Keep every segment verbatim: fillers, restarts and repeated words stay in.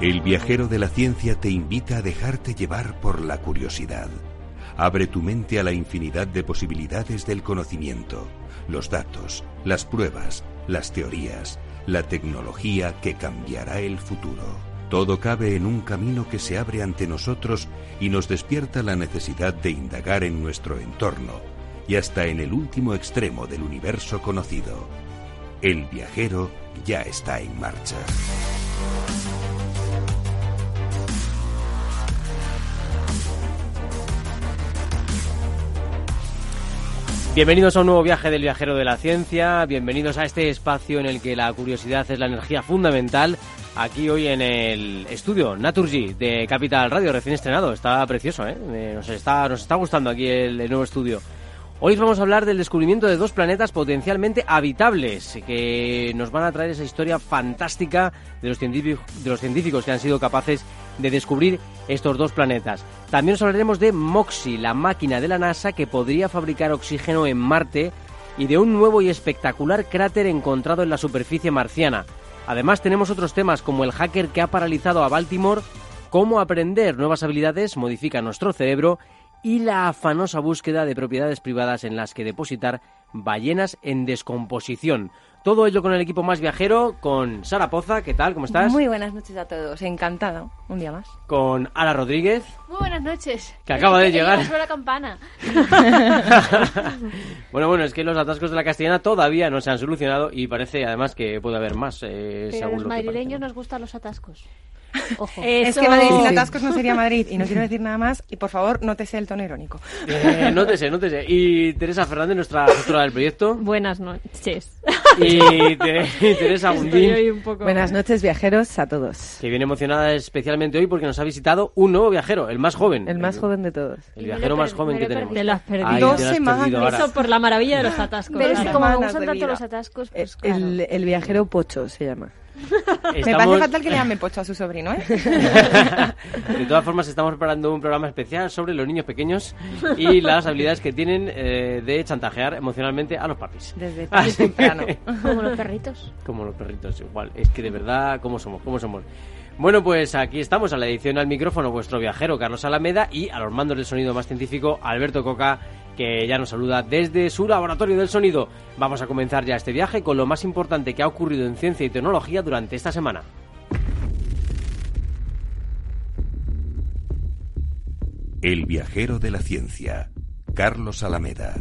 El viajero de la ciencia te invita a dejarte llevar por la curiosidad. Abre tu mente a la infinidad de posibilidades del conocimiento, los datos, las pruebas, las teorías, la tecnología que cambiará el futuro. Todo cabe en un camino que se abre ante nosotros y nos despierta la necesidad de indagar en nuestro entorno y hasta en el último extremo del universo conocido. El viajero ya está en marcha. Bienvenidos a un nuevo viaje del viajero de la ciencia, bienvenidos a este espacio en el que la curiosidad es la energía fundamental. Aquí hoy en el estudio Naturgy de Capital Radio, recién estrenado, está precioso, ¿eh? Nos está, nos está gustando aquí el, el nuevo estudio. Hoy os vamos a hablar del descubrimiento de dos planetas potencialmente habitables que nos van a traer esa historia fantástica de los científicos, de los científicos que han sido capaces de descubrir estos dos planetas. También os hablaremos de MOXIE, la máquina de la NASA que podría fabricar oxígeno en Marte, y de un nuevo y espectacular cráter encontrado en la superficie marciana. Además tenemos otros temas como el hacker que ha paralizado a Baltimore, cómo aprender nuevas habilidades modifica nuestro cerebro y la afanosa búsqueda de propiedades privadas en las que depositar ballenas en descomposición. Todo ello con el equipo más viajero, con Sara Poza, ¿qué tal? ¿Cómo estás? Muy buenas noches a todos, encantado, un día más. Con Ala Rodríguez. Muy buenas noches. Que acaba de que llegar. Suena la campana. Bueno, bueno, es que los atascos de la Castellana todavía no se han solucionado y parece además que puede haber más. Eh, Pero a según los lo que madrileños parece, ¿no? nos gustan los atascos. Ojo. Es que Madrid sin atascos no sería Madrid, y no quiero decir nada más, y por favor, nótese el tono irónico. Eh, nótese, nótese. Y Teresa Fernández, nuestra gestora del proyecto. Buenas noches. Y, Tere- y Teresa Gundín, Poco... Buenas noches, viajeros, a todos. que viene emocionada especialmente hoy porque nos ha visitado un nuevo viajero, el más joven. El más joven de todos. El Y me viajero lo he más per- joven me que lo he tenemos. Te lo has perdido. Ay, Dos te lo has semanas. perdido ahora. Eso por la maravilla de los atascos. Pero es que claro. como me Semanas gustan de tanto vida. los atascos, El, pues claro. el- el viajero Pocho se llama. Me Estamos- parece fatal que le llame Pocho a su sobrino, ¿eh? De todas formas, estamos preparando un programa especial sobre los niños pequeños y las habilidades que tienen eh, de chantajear emocionalmente a los papis. Desde tan Así temprano. que- Como los perritos. Como los perritos, igual. Es que de verdad, ¿cómo somos? ¿Cómo somos? Bueno, pues aquí estamos, a la edición al micrófono, vuestro viajero Carlos Alameda, y a los mandos del sonido más científico, Alberto Coca, que ya nos saluda desde su laboratorio del sonido. Vamos a comenzar ya este viaje con lo más importante que ha ocurrido en ciencia y tecnología durante esta semana. El viajero de la ciencia, Carlos Alameda.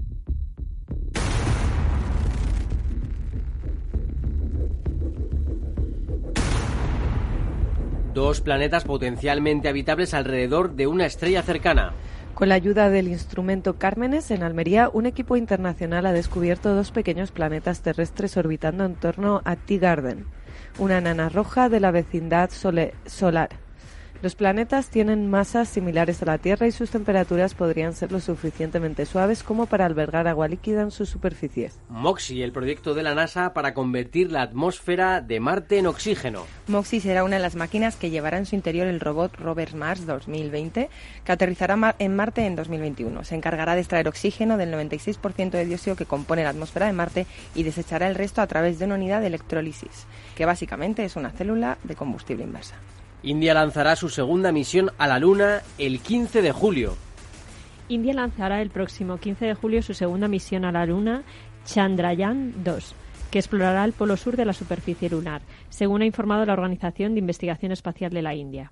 Dos planetas potencialmente habitables alrededor de una estrella cercana. Con la ayuda del instrumento Cármenes, en Almería, un equipo internacional ha descubierto dos pequeños planetas terrestres orbitando en torno a Teegarden, una enana roja de la vecindad sole- solar. Los planetas tienen masas similares a la Tierra y sus temperaturas podrían ser lo suficientemente suaves como para albergar agua líquida en sus superficies. MOXIE, el proyecto de la NASA para convertir la atmósfera de Marte en oxígeno. MOXIE será una de las máquinas que llevará en su interior el robot Rover Mars dos mil veinte, que aterrizará ma- en Marte en dos mil veintiuno. Se encargará de extraer oxígeno del noventa y seis por ciento de dióxido que compone la atmósfera de Marte y desechará el resto a través de una unidad de electrólisis, que básicamente es una célula de combustible inversa. India lanzará su segunda misión a la Luna el quince de julio. India lanzará el próximo quince de julio su segunda misión a la Luna, Chandrayaan dos, que explorará el polo sur de la superficie lunar, según ha informado la Organización de Investigación Espacial de la India.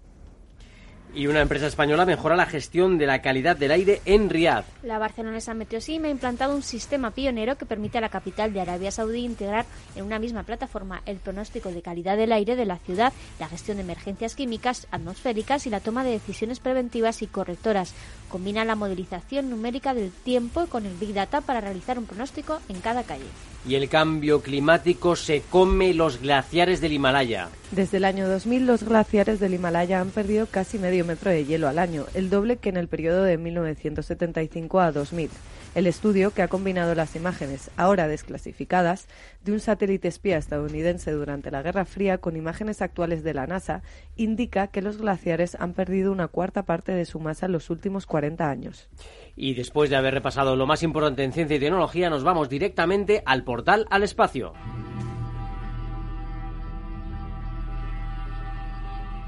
Y una empresa española mejora la gestión de la calidad del aire en Riad. La barcelonesa Meteosim ha implantado un sistema pionero que permite a la capital de Arabia Saudí integrar en una misma plataforma el pronóstico de calidad del aire de la ciudad, la gestión de emergencias químicas, atmosféricas y la toma de decisiones preventivas y correctoras. Combina la modelización numérica del tiempo con el Big Data para realizar un pronóstico en cada calle. Y el cambio climático se come los glaciares del Himalaya. Desde el año dos mil, los glaciares del Himalaya han perdido casi medio metro de hielo al año, el doble que en el periodo de mil novecientos setenta y cinco a dos mil. El estudio, que ha combinado las imágenes, ahora desclasificadas, de un satélite espía estadounidense durante la Guerra Fría con imágenes actuales de la NASA, indica que los glaciares han perdido una cuarta parte de su masa en los últimos cuarenta años. Y después de haber repasado lo más importante en ciencia y tecnología, nos vamos directamente al portal al espacio.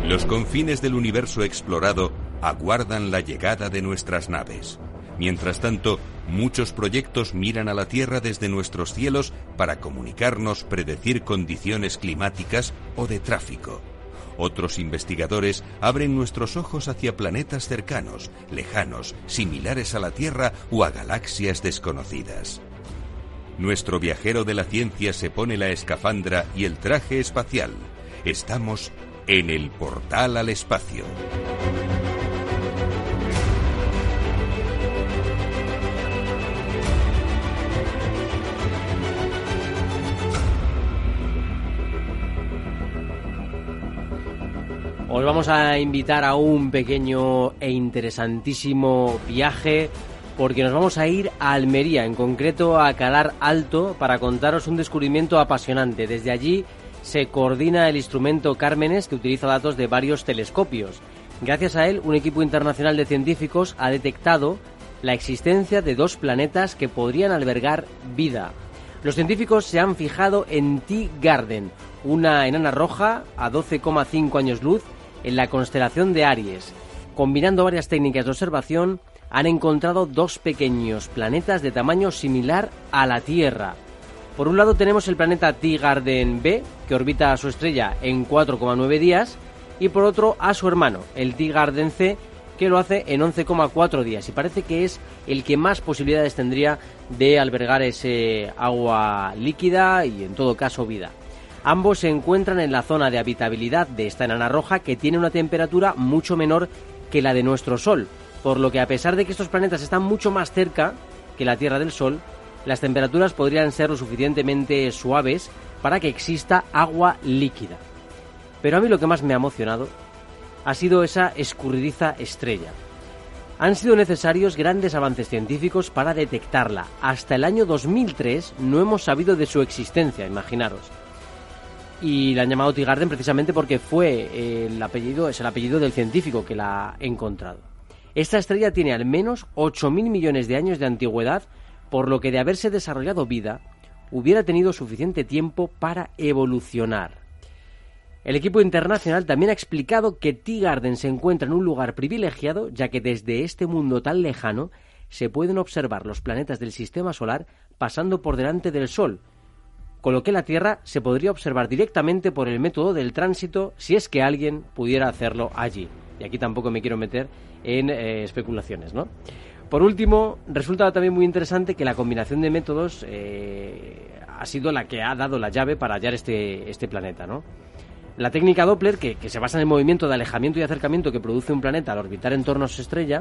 Los confines del universo explorado aguardan la llegada de nuestras naves. Mientras tanto, muchos proyectos miran a la Tierra desde nuestros cielos para comunicarnos, predecir condiciones climáticas o de tráfico. Otros investigadores abren nuestros ojos hacia planetas cercanos, lejanos, similares a la Tierra o a galaxias desconocidas. Nuestro viajero de la ciencia se pone la escafandra y el traje espacial. Estamos en el portal al espacio. Os vamos a invitar a un pequeño e interesantísimo viaje, porque nos vamos a ir a Almería, en concreto a Calar Alto, para contaros un descubrimiento apasionante. Desde allí se coordina el instrumento Cármenes, que utiliza datos de varios telescopios. Gracias a él, un equipo internacional de científicos ha detectado la existencia de dos planetas que podrían albergar vida. Los científicos se han fijado en Teegarden, una enana roja a doce coma cinco años luz en la constelación de Aries. Combinando varias técnicas de observación, han encontrado dos pequeños planetas de tamaño similar a la Tierra. Por un lado tenemos el planeta Teegarden B, que orbita a su estrella en cuatro coma nueve días, y por otro a su hermano, el Teegarden C, que lo hace en once coma cuatro días, y parece que es el que más posibilidades tendría de albergar ese agua líquida y, en todo caso, vida. Ambos se encuentran en la zona de habitabilidad de esta enana roja, que tiene una temperatura mucho menor que la de nuestro Sol, por lo que, a pesar de que estos planetas están mucho más cerca que la Tierra del Sol, las temperaturas podrían ser lo suficientemente suaves para que exista agua líquida. Pero a mí lo que más me ha emocionado ha sido esa escurridiza estrella. Han sido necesarios grandes avances científicos para detectarla. Hasta el año dos mil tres no hemos sabido de su existencia, imaginaros. Y la han llamado Teegarden precisamente porque fue el apellido, es el apellido del científico que la ha encontrado. Esta estrella tiene al menos ocho mil millones de años de antigüedad, por lo que, de haberse desarrollado vida, hubiera tenido suficiente tiempo para evolucionar. El equipo internacional también ha explicado que Teegarden se encuentra en un lugar privilegiado, ya que desde este mundo tan lejano se pueden observar los planetas del sistema solar pasando por delante del Sol, con lo que la Tierra se podría observar directamente por el método del tránsito, si es que alguien pudiera hacerlo allí. Y aquí tampoco me quiero meter en eh, especulaciones, ¿no? Por último, resulta también muy interesante que la combinación de métodos eh, ha sido la que ha dado la llave para hallar este, este planeta, ¿no? La técnica Doppler, que, que se basa en el movimiento de alejamiento y acercamiento que produce un planeta al orbitar en torno a su estrella,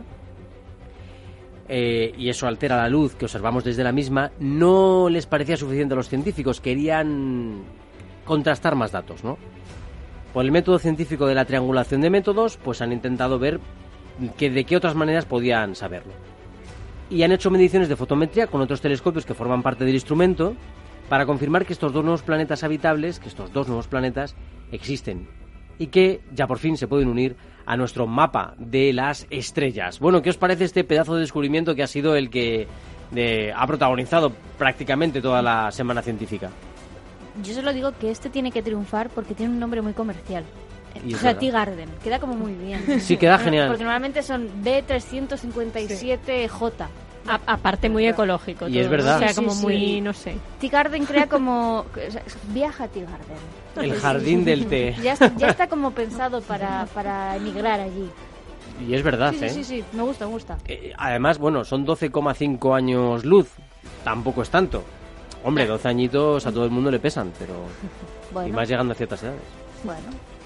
eh, y eso altera la luz que observamos desde la misma, no les parecía suficiente a los científicos. Querían contrastar más datos, ¿no? Por el método científico de la triangulación de métodos, pues han intentado ver que de qué otras maneras podían saberlo. Y han hecho mediciones de fotometría con otros telescopios que forman parte del instrumento para confirmar que estos dos nuevos planetas habitables, que estos dos nuevos planetas existen y que ya por fin se pueden unir a nuestro mapa de las estrellas. Bueno, ¿qué os parece este pedazo de descubrimiento que ha sido el que de, ha protagonizado prácticamente toda la semana científica? Yo solo digo que este tiene que triunfar porque tiene un nombre muy comercial. Y O sea, verdad. Teegarden. Queda como muy bien. Sí, queda genial. Porque normalmente son B trescientos cincuenta y siete J. A- aparte muy ecológico. Y todo, es verdad. ¿no? O sea, Sí, sí, como sí. muy, no sé. Teegarden crea como... o sea, viaja a Teegarden. El jardín del té. Ya, está- ya está como pensado para, para emigrar allí. Y es verdad, Sí, sí, ¿eh? sí, sí. Me gusta, me gusta. Eh, Además, bueno, son doce coma cinco años luz. Tampoco es tanto. Hombre, doce añitos a todo el mundo le pesan, pero... Y Bueno, más llegando a ciertas edades. bueno.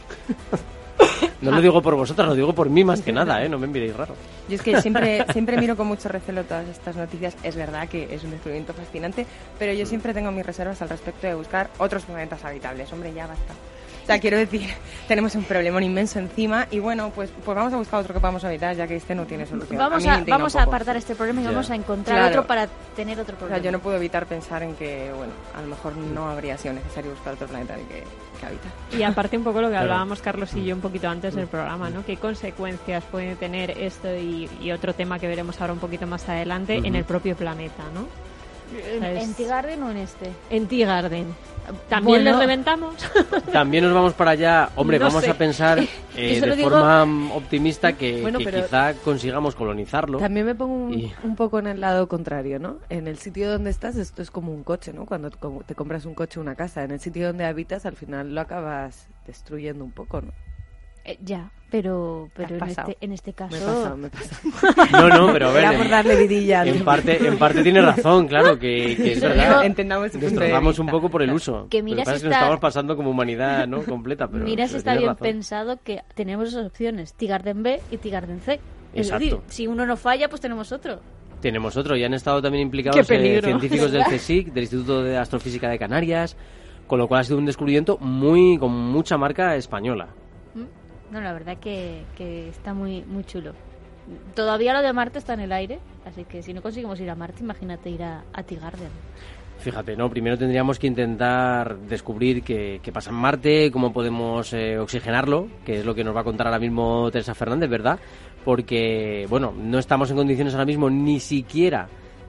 No lo digo por vosotras, lo digo por mí más que nada, ¿eh? No me miréis raro. Yo es que siempre, siempre miro con mucho recelo todas estas noticias. Es verdad que es un descubrimiento fascinante, pero yo siempre tengo mis reservas al respecto de buscar otros planetas habitables. Hombre, ya basta. O sea, quiero decir, tenemos un problemón inmenso encima y bueno, pues, pues vamos a buscar otro que podamos habitar, ya que este no tiene solución. Vamos mí a, me indigna vamos un a poco. apartar este problema y Ya. vamos a encontrar Claro. otro para tener otro O problema. sea, yo no puedo evitar pensar en que, bueno, a lo mejor no habría sido necesario buscar otro planeta en el que, que habitar. Y aparte un poco lo que Claro. hablábamos Carlos y yo un poquito antes del programa, ¿no? ¿Qué consecuencias puede tener esto y, y otro tema que veremos ahora un poquito más adelante en el propio planeta, ¿no? ¿En, ¿Sabes? en Teegarden o en este? En Teegarden. ¿También Bueno. les reventamos? También nos vamos para allá. Hombre, No vamos sé. a pensar eh, Yo solo de digo- forma optimista que, Bueno, que pero- quizá consigamos colonizarlo. También me pongo un, Y- un poco en el lado contrario, ¿no? En el sitio donde estás esto es como un coche, ¿no? Cuando te com- te compras un coche o una casa. En el sitio donde habitas al final lo acabas destruyendo un poco, ¿no? Eh, ya, pero, ¿Te pero has en, pasado? este, en este caso... Me he pasado, me he pasado. No, no, pero a ver, Era por en, darle vidilla. en parte, en parte tiene razón, claro, que, que es Pero verdad. digo- Entendamos su punto de Destrozamos vista. un poco por el uso. Que Lo mira pasa si es que nos está- estamos pasando como humanidad, ¿no? Completa, pero Mira si pero está tienes bien razón. pensado que tenemos dos opciones, Tigarden B y Tigarden C. Es Exacto. decir, si uno no falla, pues tenemos otro. Tenemos otro, y han estado también ¡Qué implicados peligro! eh, científicos del CSIC, del Instituto de Astrofísica de Canarias, con lo cual ha sido un descubrimiento muy con mucha marca española. ¿Mm? No, la verdad que, que está muy, muy chulo. Todavía lo de Marte está en el aire, así que si no conseguimos ir a Marte, imagínate ir a, a Tigarden. Fíjate, ¿no? Primero tendríamos que intentar descubrir qué, qué pasa en Marte, cómo podemos eh, oxigenarlo, que es lo que nos va a contar ahora mismo Teresa Fernández, ¿verdad? Porque, bueno, no estamos en condiciones ahora mismo ni siquiera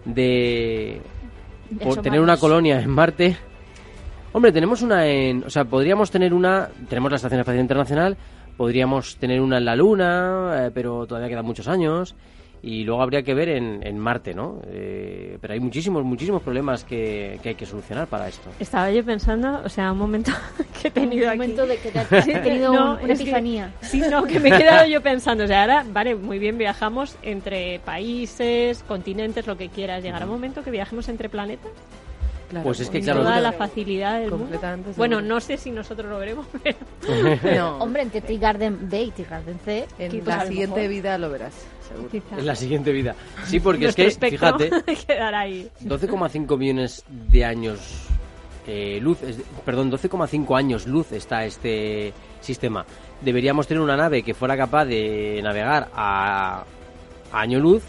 de por Asomarnos. tener una colonia en Marte. Hombre, tenemos una en... O sea, podríamos tener una... Tenemos la Estación Espacial Internacional, podríamos tener una en la Luna, eh, pero todavía quedan muchos años. Y luego habría que ver en, en Marte, ¿no? Eh, pero hay muchísimos, muchísimos problemas que, que hay que solucionar para esto. Estaba yo pensando, o sea, un momento que he tenido Un aquí. momento de que te has tenido No, un- una es que- epifanía. Sí, no, que me he quedado yo pensando, o sea, ahora, vale, muy bien, viajamos entre países, continentes, lo que quieras. ¿Llegará un momento que viajemos entre planetas? Claro, Pues es que, con claro, Toda seguro. la facilidad del mundo. Completamente Bueno, seguro. no sé si nosotros lo veremos, pero... No, Hombre, entre Tigarden B y Tigarden C, en pues la a lo siguiente mejor- vida lo verás, seguro. quizá. En la siguiente vida. Sí, porque es Nuestro que, espectro fíjate, quedará ahí. doce coma cinco millones de años eh, luz, es- perdón, doce coma cinco años luz está este sistema. Deberíamos tener una nave que fuera capaz de navegar a, a año luz,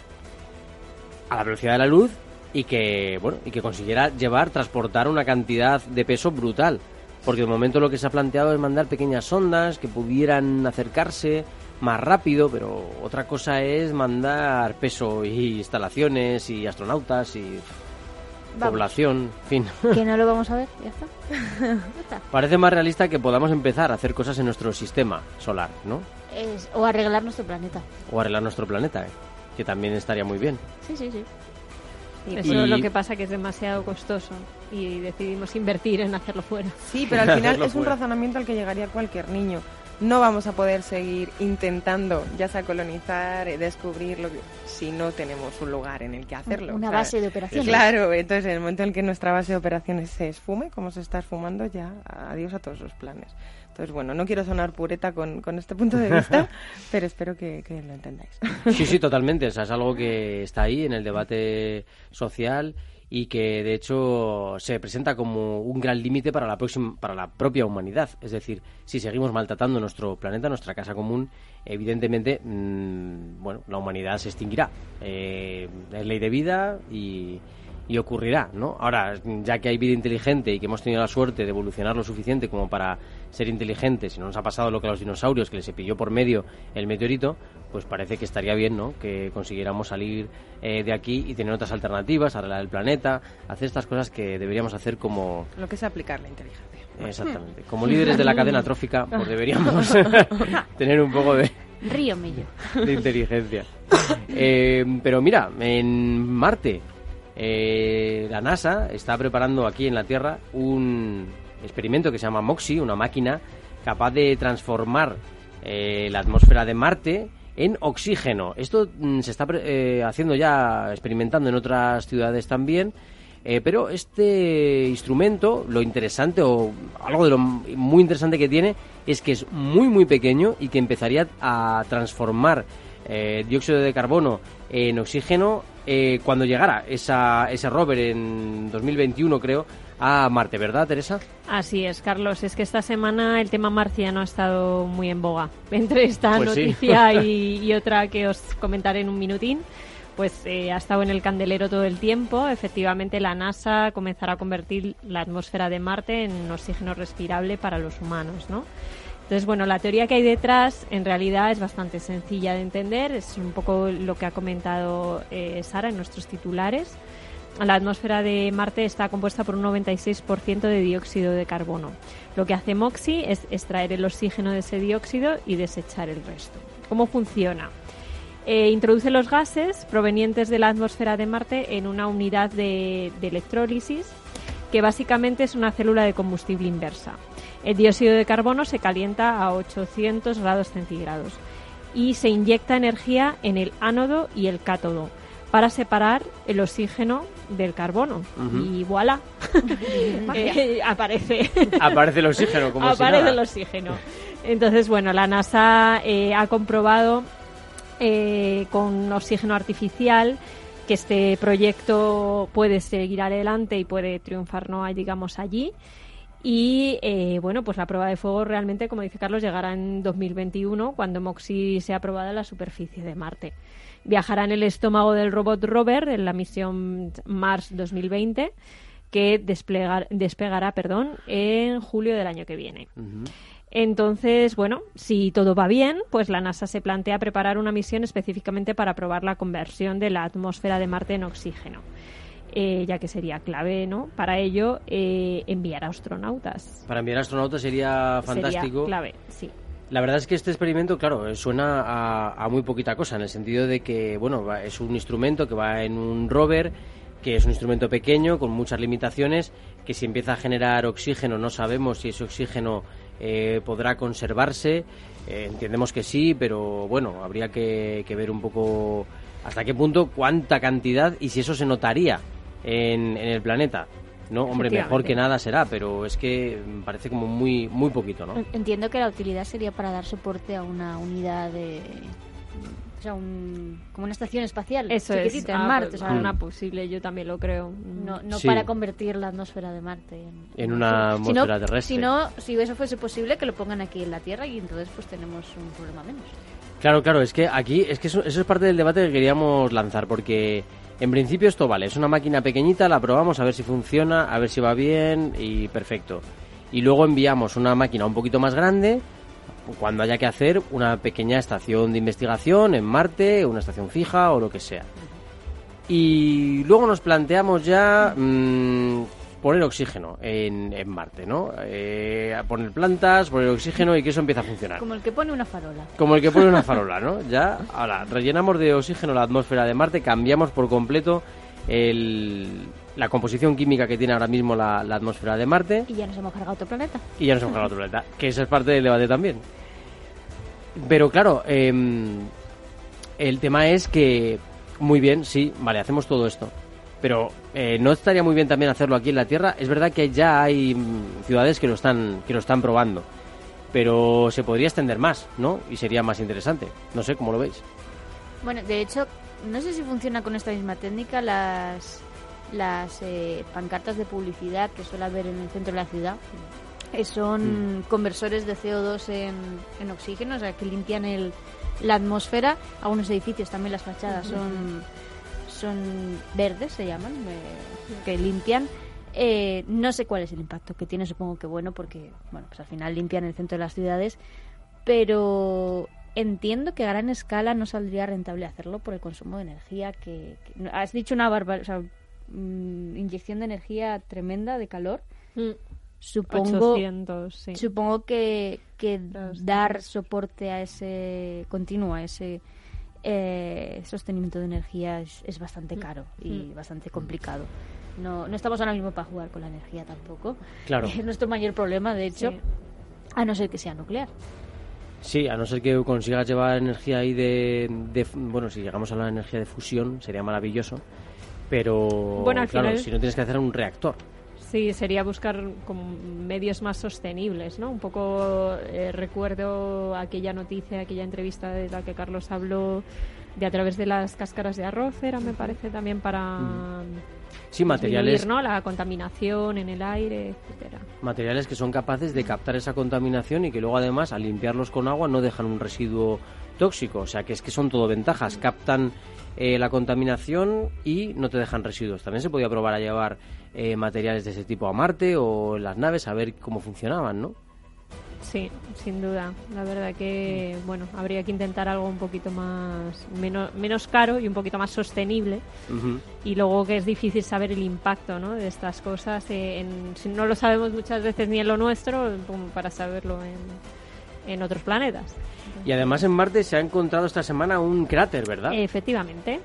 a la velocidad de la luz, y que, bueno, y que consiguiera llevar, transportar una cantidad de peso brutal. Porque de momento lo que se ha planteado es mandar pequeñas sondas que pudieran acercarse más rápido, pero otra cosa es mandar peso y instalaciones y astronautas y Vamos. población, en fin. Que no lo vamos a ver, ya está. Ya está. Parece más realista que podamos empezar a hacer cosas en nuestro sistema solar, ¿no? Es- o arreglar nuestro planeta. O arreglar nuestro planeta, ¿eh? Que también estaría muy bien. Sí, sí, sí. Eso Y- es lo que pasa, que es demasiado costoso y decidimos invertir en hacerlo fuera. Sí, pero al final Hacerlo es un fuera. razonamiento al que llegaría cualquier niño. No vamos a poder seguir intentando, ya sea colonizar, eh, descubrir lo que, si no tenemos un lugar en el que hacerlo. Una o sea, base de operaciones. Claro, entonces en el momento en el que nuestra base de operaciones se esfume, como se está esfumando, ya adiós a todos los planes. Entonces, bueno, no quiero sonar pureta con, con este punto de vista, pero espero que, que lo entendáis. Sí, sí, totalmente. O sea, es algo que está ahí en el debate social y que, de hecho, se presenta como un gran límite para la próxima, para la propia humanidad. Es decir, si seguimos maltratando nuestro planeta, nuestra casa común, evidentemente, mmm, bueno, la humanidad se extinguirá. Eh, es ley de vida y, y ocurrirá, ¿no? Ahora, ya que hay vida inteligente y que hemos tenido la suerte de evolucionar lo suficiente como para ser inteligentes, y no nos ha pasado lo que a los dinosaurios, que les se pilló por medio el meteorito, pues parece que estaría bien, ¿no? Que consiguiéramos salir eh, de aquí y tener otras alternativas, arreglar el planeta, hacer estas cosas que deberíamos hacer como... Lo que es aplicar la inteligencia. Exactamente. Como líderes de la cadena trófica, pues deberíamos tener un poco de... Río Mello. de inteligencia. Eh, pero mira, en Marte, eh, la NASA está preparando aquí en la Tierra un experimento que se llama MOXIE, una máquina capaz de transformar eh, la atmósfera de Marte en oxígeno. Esto mm, se está eh, haciendo ya, experimentando en otras ciudades también. Eh, pero este instrumento, lo interesante o algo de lo muy interesante que tiene es que es muy muy pequeño y que empezaría a transformar eh, dióxido de carbono en oxígeno eh, cuando llegara esa, ese rover en dos mil veintiuno, creo, a Marte, ¿verdad, Teresa? Así es, Carlos. Es que esta semana el tema marciano ha estado muy en boga. Entre esta Pues sí. noticia y, y otra que os comentaré en un minutín, pues eh, ha estado en el candelero todo el tiempo. Efectivamente, la NASA comenzará a convertir la atmósfera de Marte en oxígeno respirable para los humanos, ¿no? Entonces, bueno, la teoría que hay detrás en realidad es bastante sencilla de entender. Es un poco lo que ha comentado eh, Sara en nuestros titulares. la atmósfera de Marte está compuesta por un noventa y seis por ciento de dióxido de carbono. Lo que hace MOXIE es extraer el oxígeno de ese dióxido y desechar el resto. ¿Cómo funciona? Eh, introduce los gases provenientes de la atmósfera de Marte en una unidad de, de electrólisis, que básicamente es una célula de combustible inversa. El dióxido de carbono se calienta a ochocientos grados centígrados y se inyecta energía en el ánodo y el cátodo para separar el oxígeno del carbono. Uh-huh. Y voilà, eh, aparece. Aparece el oxígeno, como Aparece si nada. el oxígeno. Entonces, bueno, la NASA eh, ha comprobado eh, con oxígeno artificial que este proyecto puede seguir adelante y puede triunfar, ¿no?, digamos, allí. Y, eh, bueno, pues la prueba de fuego realmente, como dice Carlos, llegará en dos mil veintiuno, cuando MOXIE sea aprobada en la superficie de Marte. Viajará en el estómago del robot rover en la misión Mars dos mil veinte, que desplegar, despegará perdón, en julio del año que viene. Uh-huh. Entonces, bueno, si todo va bien, pues la NASA se plantea preparar una misión específicamente para probar la conversión de la atmósfera de Marte en oxígeno. Eh, ya que sería clave, ¿no?, para ello eh, enviar astronautas. Para enviar astronautas sería fantástico. Sería clave, sí. La verdad es que este experimento, claro, suena a, a muy poquita cosa, en el sentido de que, bueno, va, es un instrumento que va en un rover, que es un instrumento pequeño, con muchas limitaciones, que si empieza a generar oxígeno no sabemos si ese oxígeno eh, podrá conservarse. Eh, entendemos que sí, pero bueno, habría que, que ver un poco hasta qué punto, cuánta cantidad y si eso se notaría en, en el planeta. No, hombre, mejor que nada será, pero es que parece como muy muy poquito, ¿no? Entiendo que la utilidad sería para dar soporte a una unidad de... O sea, un, como una estación espacial. Eso es, en Marte. O sea, una posible, yo también lo creo. No, no sí. Para convertir la atmósfera de Marte en, en una sí. atmósfera si no, terrestre. Si no, si eso fuese posible, que lo pongan aquí en la Tierra y entonces pues tenemos un problema menos. Claro, claro, es que aquí, es que eso, eso es parte del debate que queríamos lanzar, porque en principio esto vale, es una máquina pequeñita, la probamos a ver si funciona, a ver si va bien y perfecto. Y luego enviamos una máquina un poquito más grande, cuando haya que hacer una pequeña estación de investigación en Marte, una estación fija o lo que sea. Y luego nos planteamos ya mmm, poner oxígeno en, en Marte, ¿no? Eh, poner plantas, poner oxígeno y que eso empiece a funcionar. Como el que pone una farola. Como el que pone una farola, ¿no? Ya, ahora, rellenamos de oxígeno la atmósfera de Marte, cambiamos por completo el, la composición química que tiene ahora mismo la, la atmósfera de Marte. Y ya nos hemos cargado otro planeta. Y ya nos hemos cargado otro planeta, que esa es parte del debate también. Pero claro, eh, el tema es que, muy bien, sí, vale, hacemos todo esto. Pero eh, ¿no estaría muy bien también hacerlo aquí en la Tierra? Es verdad que ya hay mm, ciudades que lo están que lo están probando, pero se podría extender más, ¿no? Y sería más interesante. No sé, ¿cómo lo veis? Bueno, de hecho, no sé si funciona con esta misma técnica las las eh, pancartas de publicidad que suele haber en el centro de la ciudad. Eh, son mm. conversores de C O dos en, en oxígeno, o sea, que limpian el, la atmósfera. Algunos edificios también, las fachadas son... son verdes, se llaman, eh, que limpian. Eh, no sé cuál es el impacto que tiene, supongo que bueno, porque bueno, pues al final limpian el centro de las ciudades, pero entiendo que a gran escala no saldría rentable hacerlo por el consumo de energía que, que has dicho una barbaridad, o sea, mmm, inyección de energía tremenda de calor. Mm. Supongo, ochocientos, sí. supongo que, que dar soporte a ese continuo, a ese Eh, sostenimiento de energía es, es bastante caro y mm. bastante complicado. No, no estamos ahora mismo para jugar con la energía tampoco. Claro. Es nuestro mayor problema, de hecho, sí. A no ser que sea nuclear. Sí, a no ser que consigas llevar energía ahí de, de... Bueno, si llegamos a la energía de fusión sería maravilloso, pero bueno, al claro, final... si no tienes que hacer un reactor. Sí, sería buscar como medios más sostenibles, ¿no? Un poco eh, recuerdo aquella noticia, aquella entrevista de la que Carlos habló de a través de las cáscaras de arroz, era, me parece, también para sí, materiales, ¿no? La contaminación en el aire, etcétera. Materiales que son capaces de captar esa contaminación y que luego además al limpiarlos con agua no dejan un residuo tóxico, o sea que es que son todo ventajas, captan eh, la contaminación y no te dejan residuos. También se podía probar a llevar eh, materiales de ese tipo a Marte o en las naves a ver cómo funcionaban, ¿no? Sí, sin duda. La verdad que, bueno, habría que intentar algo un poquito más menos, menos caro y un poquito más sostenible. Uh-huh. Y luego que es difícil saber el impacto, ¿no?, de estas cosas. Eh, en, si no lo sabemos muchas veces ni en lo nuestro, como para saberlo en, en otros planetas. Y además en Marte se ha encontrado esta semana un cráter, ¿verdad? Efectivamente.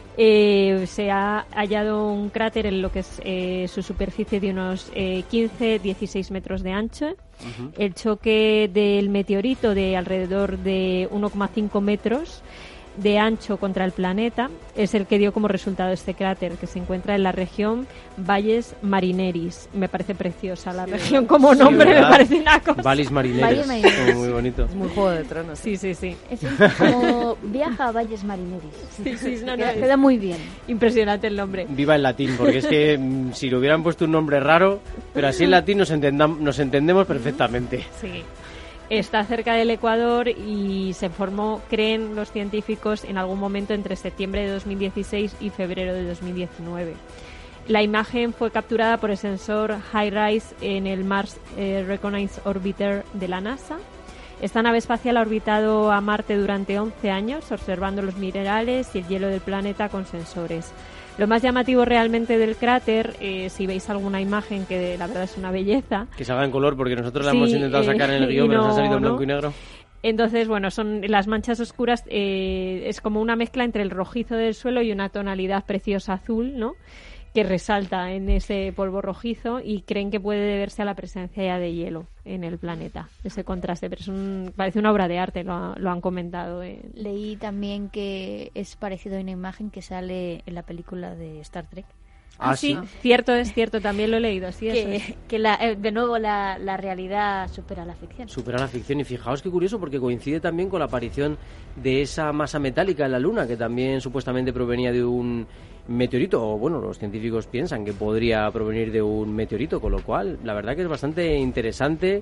Eh, se ha hallado un cráter en lo que es eh, su superficie de unos eh, quince a dieciséis metros de ancho. Uh-huh. El choque del meteorito de alrededor de uno coma cinco metros de ancho contra el planeta es el que dio como resultado este cráter, que se encuentra en la región Valles Marineris. Me parece preciosa la sí, región como sí, nombre, ¿verdad? Me parece una cosa. Valles Marineris, Marineris. Muy bonito. Es muy Juego de Tronos. Sí, sí, sí. Es como viaja a Valles Marineris. Sí, sí, no, no, queda, queda muy bien. Impresionante el nombre. Viva el latín, porque es que si le hubieran puesto un nombre raro, pero así en latín nos, entendam- nos entendemos perfectamente. Sí. Está cerca del Ecuador y se formó, creen los científicos, en algún momento entre septiembre de dos mil dieciséis y febrero de dos mil diecinueve. La imagen fue capturada por el sensor HiRISE en el Mars eh, Reconnaissance Orbiter de la NASA. Esta nave espacial ha orbitado a Marte durante once años, observando los minerales y el hielo del planeta con sensores. Lo más llamativo realmente del cráter, eh, si veis alguna imagen, que la verdad es una belleza. Que salga en color, porque nosotros la sí, hemos intentado sacar en el guión, pero no, nos ha salido en ¿no? blanco y negro. Entonces, bueno, son las manchas oscuras, eh, es como una mezcla entre el rojizo del suelo y una tonalidad preciosa azul, ¿no?, que resalta en ese polvo rojizo, y creen que puede deberse a la presencia ya de hielo en el planeta, ese contraste, pero es un, parece una obra de arte, lo, lo han comentado. Eh. Leí también que es parecido a una imagen que sale en la película de Star Trek. Ah, sí, sí, cierto, es cierto, también lo he leído, sí, que, eso es. que la, eh, de nuevo la, la realidad supera la ficción. Supera la ficción, y fijaos qué curioso, porque coincide también con la aparición de esa masa metálica en la Luna, que también supuestamente provenía de un meteorito, o bueno, los científicos piensan que podría provenir de un meteorito, con lo cual la verdad que es bastante interesante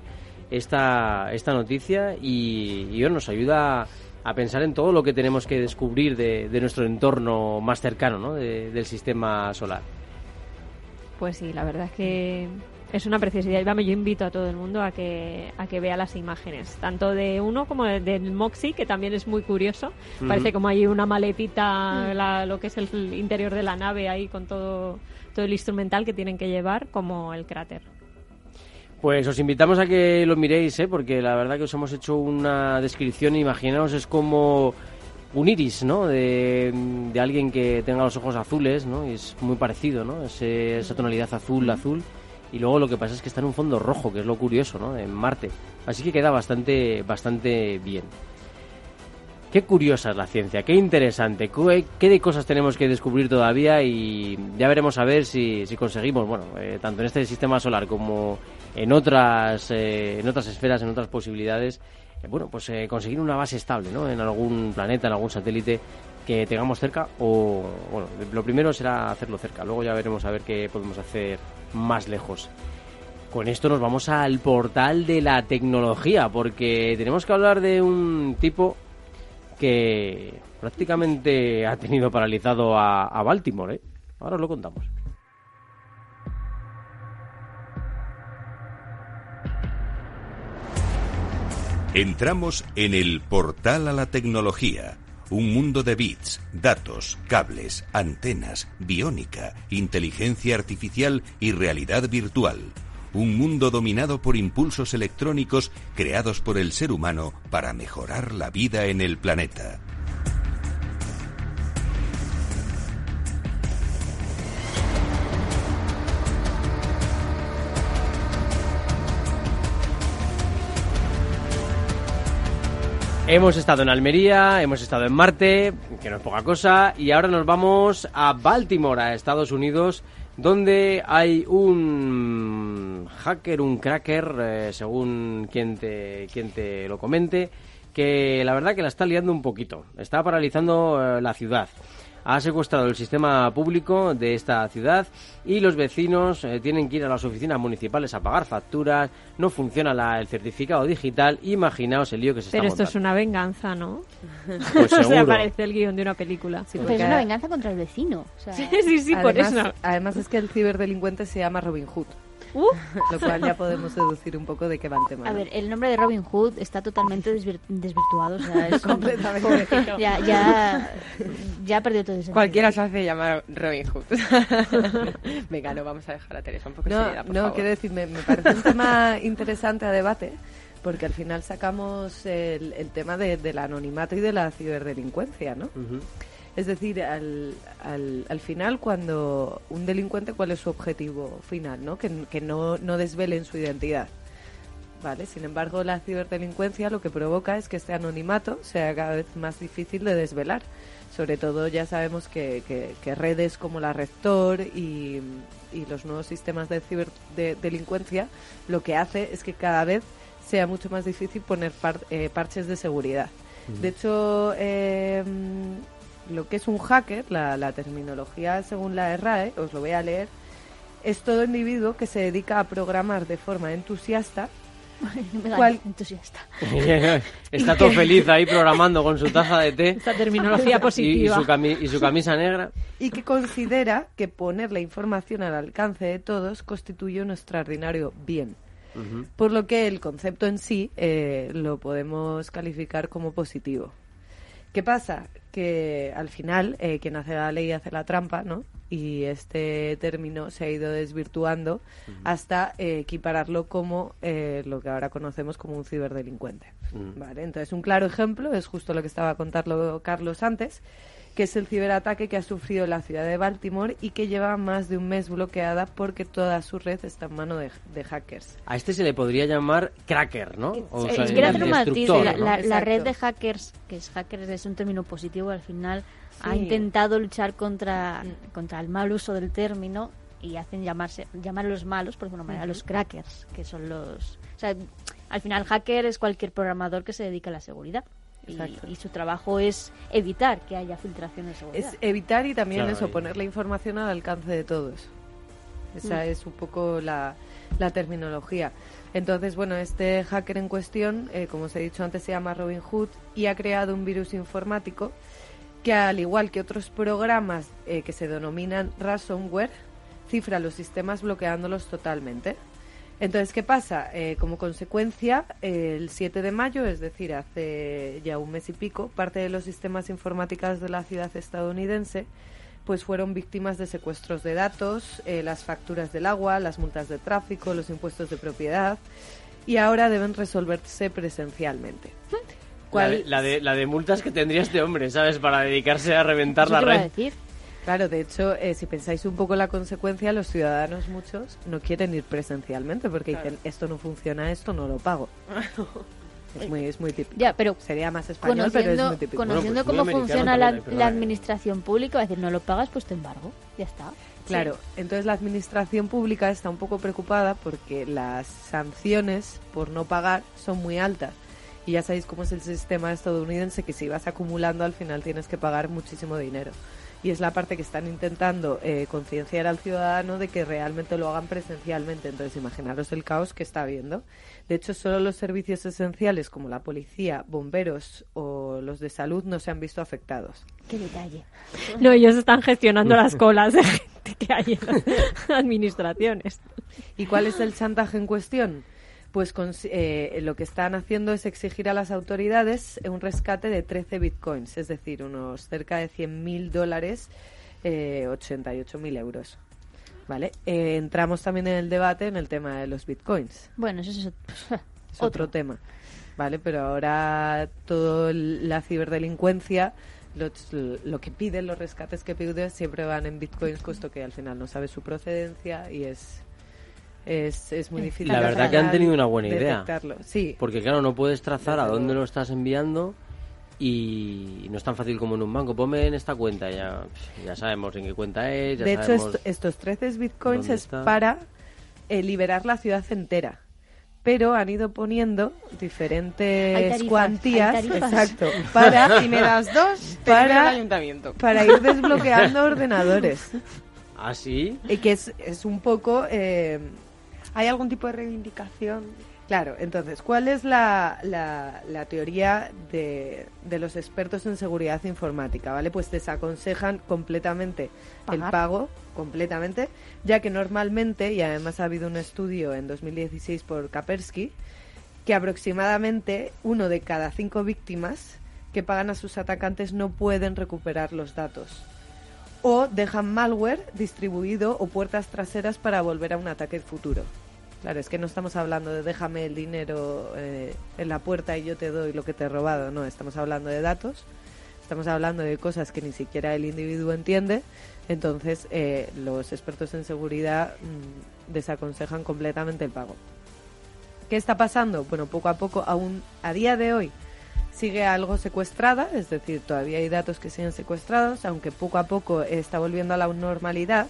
esta, esta noticia, y, y bueno, nos ayuda a pensar en todo lo que tenemos que descubrir de, de nuestro entorno más cercano, ¿no?, de, del sistema solar. Pues sí, la verdad es que es una preciosidad. Y vamos, yo invito a todo el mundo a que a que vea las imágenes, tanto de uno como de, del MOXIE, que también es muy curioso. Uh-huh. Parece como hay una maletita, la, lo que es el interior de la nave ahí con todo, todo el instrumental que tienen que llevar, como el cráter. Pues os invitamos a que lo miréis, ¿eh? Porque la verdad que os hemos hecho una descripción, imaginaos, es como un iris, ¿no?, de, de alguien que tenga los ojos azules, ¿no?, y es muy parecido, ¿no?, Ese, esa tonalidad azul, azul, y luego lo que pasa es que está en un fondo rojo, que es lo curioso, ¿no?, en Marte, así que queda bastante, bastante bien. Qué curiosa es la ciencia, qué interesante, qué, qué de cosas tenemos que descubrir todavía, y ya veremos a ver si, si conseguimos, bueno, eh, tanto en este sistema solar como en otras, eh, en otras esferas, en otras posibilidades, bueno, pues eh, conseguir una base estable, ¿no?, en algún planeta, en algún satélite que tengamos cerca, o bueno, lo primero será hacerlo cerca, luego ya veremos a ver qué podemos hacer más lejos. Con esto nos vamos al portal de la tecnología, porque tenemos que hablar de un tipo que prácticamente ha tenido paralizado a, a Baltimore, ¿eh? Ahora os lo contamos. Entramos en el portal a la tecnología, un mundo de bits, datos, cables, antenas, biónica, inteligencia artificial y realidad virtual. Un mundo dominado por impulsos electrónicos creados por el ser humano para mejorar la vida en el planeta. Hemos estado en Almería, hemos estado en Marte, que no es poca cosa, y ahora nos vamos a Baltimore, a Estados Unidos, donde hay un hacker, un cracker, eh, según quien te, quien te lo comente, que la verdad que la está liando un poquito. Está paralizando eh, la ciudad. Ha secuestrado el sistema público de esta ciudad y los vecinos eh, tienen que ir a las oficinas municipales a pagar facturas, no funciona la, el certificado digital. Imaginaos el lío que se Pero está montando. esto es una venganza, ¿no? Pues seguro. O sea, parece el guión de una película. Sí, pero es una venganza contra el vecino. O sea, sí, sí, sí, además, por eso. Además es que el ciberdelincuente se llama Robin Hood. Uh. Lo cual ya podemos deducir un poco de qué va el tema. A ¿no? ver, el nombre de Robin Hood está totalmente desvir- desvirtuado. O sea, es un- Completamente. ya, ya, ya ha perdido todo ese sentido. Cualquiera se hace llamar Robin Hood. Venga, no vamos a dejar a Teresa un poco No, seriedad, por no favor. quiero decir, me, me parece un tema interesante a debate, porque al final sacamos el, el tema de, del anonimato y de la ciberdelincuencia, ¿no? Ujú. Es decir, al, al, al final, cuando un delincuente, ¿cuál es su objetivo final? ¿No? Que, que no, no desvelen su identidad. ¿Vale? Sin embargo, la ciberdelincuencia lo que provoca es que este anonimato sea cada vez más difícil de desvelar. Sobre todo ya sabemos que, que, que redes como la Red Tor y, y los nuevos sistemas de ciberdelincuencia lo que hace es que cada vez sea mucho más difícil poner par, eh, parches de seguridad. Uh-huh. De hecho, eh, lo que es un hacker, la, la terminología según la R A E, os lo voy a leer, es todo individuo que se dedica a programar de forma entusiasta. ¿Cuál? Entusiasta. Está todo feliz ahí programando con su taza de té. Esta terminología positiva. Y, y, su cami- y su camisa negra. Y que considera que poner la información al alcance de todos constituye un extraordinario bien. Uh-huh. Por lo que el concepto en sí eh, lo podemos calificar como positivo. ¿Qué pasa? Que al final eh, quien hace la ley hace la trampa, ¿no? Y este término se ha ido desvirtuando uh-huh. hasta eh, equipararlo como eh, lo que ahora conocemos como un ciberdelincuente. Uh-huh. ¿Vale? Entonces, un claro ejemplo es justo lo que estaba contando Carlos antes, que es el ciberataque que ha sufrido la ciudad de Baltimore y que lleva más de un mes bloqueada porque toda su red está en mano de, de hackers. A este se le podría llamar cracker, ¿no? O eh, sea, quiero hacer un matiz. La, ¿no? la, la red de hackers, que es hackers es un término positivo, al final sí. ha intentado luchar contra, mm. contra el mal uso del término y hacen llamarse llamar a los malos, por alguna manera, uh-huh. los crackers, que son los... O sea, al final hacker es cualquier programador que se dedica a la seguridad. Y, y su trabajo es evitar que haya filtración de seguridad. Es evitar y también claro, eso, y... poner la información al alcance de todos. Esa mm. es un poco la, la terminología. Entonces, bueno, este hacker en cuestión, eh, como os he dicho antes, se llama Robin Hood y ha creado un virus informático que, al igual que otros programas eh, que se denominan ransomware, cifra los sistemas bloqueándolos totalmente. Entonces, ¿qué pasa? Eh, como consecuencia, eh, el siete de mayo, es decir, hace ya un mes y pico, parte de los sistemas informáticos de la ciudad estadounidense pues fueron víctimas de secuestros de datos, eh, las facturas del agua, las multas de tráfico, los impuestos de propiedad, y ahora deben resolverse presencialmente. ¿Cuál? La, de, la, de, la de multas que tendría este hombre, ¿sabes? Para dedicarse a reventar la red. Decir? Claro, de hecho, eh, si pensáis un poco la consecuencia, los ciudadanos muchos no quieren ir presencialmente porque claro. dicen, esto no funciona, esto no lo pago. es, muy, es muy típico. Ya, pero sería más español, pero es muy típico. Conociendo bueno, pues cómo funciona la, la administración pública, va a decir, no lo pagas, pues te embargo, ya está. Claro, sí. Entonces la administración pública está un poco preocupada porque las sanciones por no pagar son muy altas. Y ya sabéis cómo es el sistema estadounidense, que si vas acumulando al final tienes que pagar muchísimo dinero. Y es la parte que están intentando eh, concienciar al ciudadano de que realmente lo hagan presencialmente. Entonces, imaginaros el caos que está habiendo. De hecho, solo los servicios esenciales como la policía, bomberos o los de salud no se han visto afectados. ¡Qué detalle! No, ellos están gestionando las colas de gente que hay en las administraciones. ¿Y cuál es el chantaje en cuestión? Pues con, eh, lo que están haciendo es exigir a las autoridades un rescate de trece bitcoins, es decir, unos cerca de cien mil dólares, eh, ochenta y ocho mil euros. ¿Vale? Eh, entramos también en el debate en el tema de los bitcoins. Bueno, eso es, es otro. otro tema. ¿Vale? Pero ahora toda la ciberdelincuencia, lo, lo que piden, los rescates que piden, siempre van en bitcoins, puesto que al final no sabe su procedencia y es... Es, es muy difícil. La verdad que han tenido una buena idea. Sí. Porque claro, no puedes trazar a dónde lo estás enviando y no es tan fácil como en un banco. Ponme en esta cuenta, ya, ya sabemos en qué cuenta es. Ya de hecho, sabemos est- estos trece bitcoins es está. para eh, liberar la ciudad entera. Pero han ido poniendo diferentes hay tarifas, cuantías, hay tarifas. exacto, para y me das dos para, el ayuntamiento. para ir desbloqueando ordenadores. ¿Ah, sí? Y que es, es un poco... Eh, ¿Hay algún tipo de reivindicación? Claro, entonces, ¿cuál es la, la, la teoría de, de los expertos en seguridad informática? ¿Vale? Pues desaconsejan completamente ¿Pagar? el pago, completamente, ya que normalmente, y además ha habido un estudio en dos mil dieciséis por Kaspersky, que aproximadamente uno de cada cinco víctimas que pagan a sus atacantes no pueden recuperar los datos. O dejan malware distribuido o puertas traseras para volver a un ataque futuro. Claro, es que no estamos hablando de déjame el dinero eh, en la puerta y yo te doy lo que te he robado. No, estamos hablando de datos, estamos hablando de cosas que ni siquiera el individuo entiende. Entonces, eh, los expertos en seguridad mmm, desaconsejan completamente el pago. ¿Qué está pasando? Bueno, poco a poco, aún a día de hoy, sigue algo secuestrada, es decir, todavía hay datos que siguen secuestrados, aunque poco a poco está volviendo a la normalidad.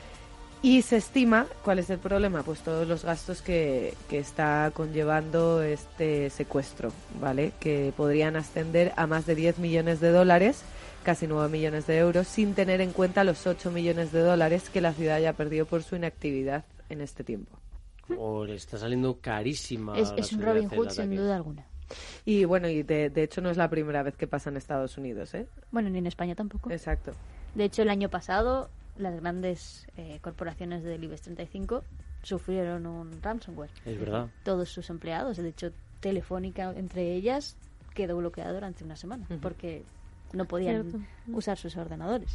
Y se estima, ¿cuál es el problema? Pues todos los gastos que, que está conllevando este secuestro, ¿vale? Que podrían ascender a más de diez millones de dólares, casi nueve millones de euros, sin tener en cuenta los ocho millones de dólares que la ciudad ya perdió por su inactividad en este tiempo. Oh, le está saliendo carísima. Es, la es un seguridad Robin del Hood sin ataque. duda alguna. Y bueno, y de, de hecho no es la primera vez que pasa en Estados Unidos, ¿eh? Bueno, ni en España tampoco. Exacto. De hecho, el año pasado las grandes eh, corporaciones del IBEX treinta y cinco sufrieron un ransomware. Es verdad. Todos sus empleados, de hecho, Telefónica entre ellas quedó bloqueada durante una semana Ujú. porque no podían Cierto. usar sus ordenadores.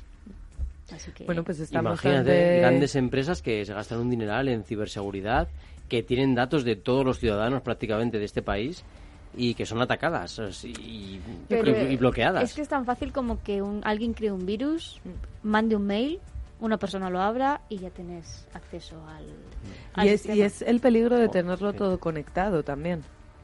Así que Bueno, pues estamos Imagínate, ante- grandes empresas que se gastan un dineral en ciberseguridad, que tienen datos de todos los ciudadanos prácticamente de este país y que son atacadas o sea, y, Pero y- y bloqueadas. es que es tan fácil como que un, alguien cree un virus, mande un mail, una persona lo abra y ya tienes acceso al, al Y es, sistema. y es el peligro de Oh, tenerlo sí. todo conectado también.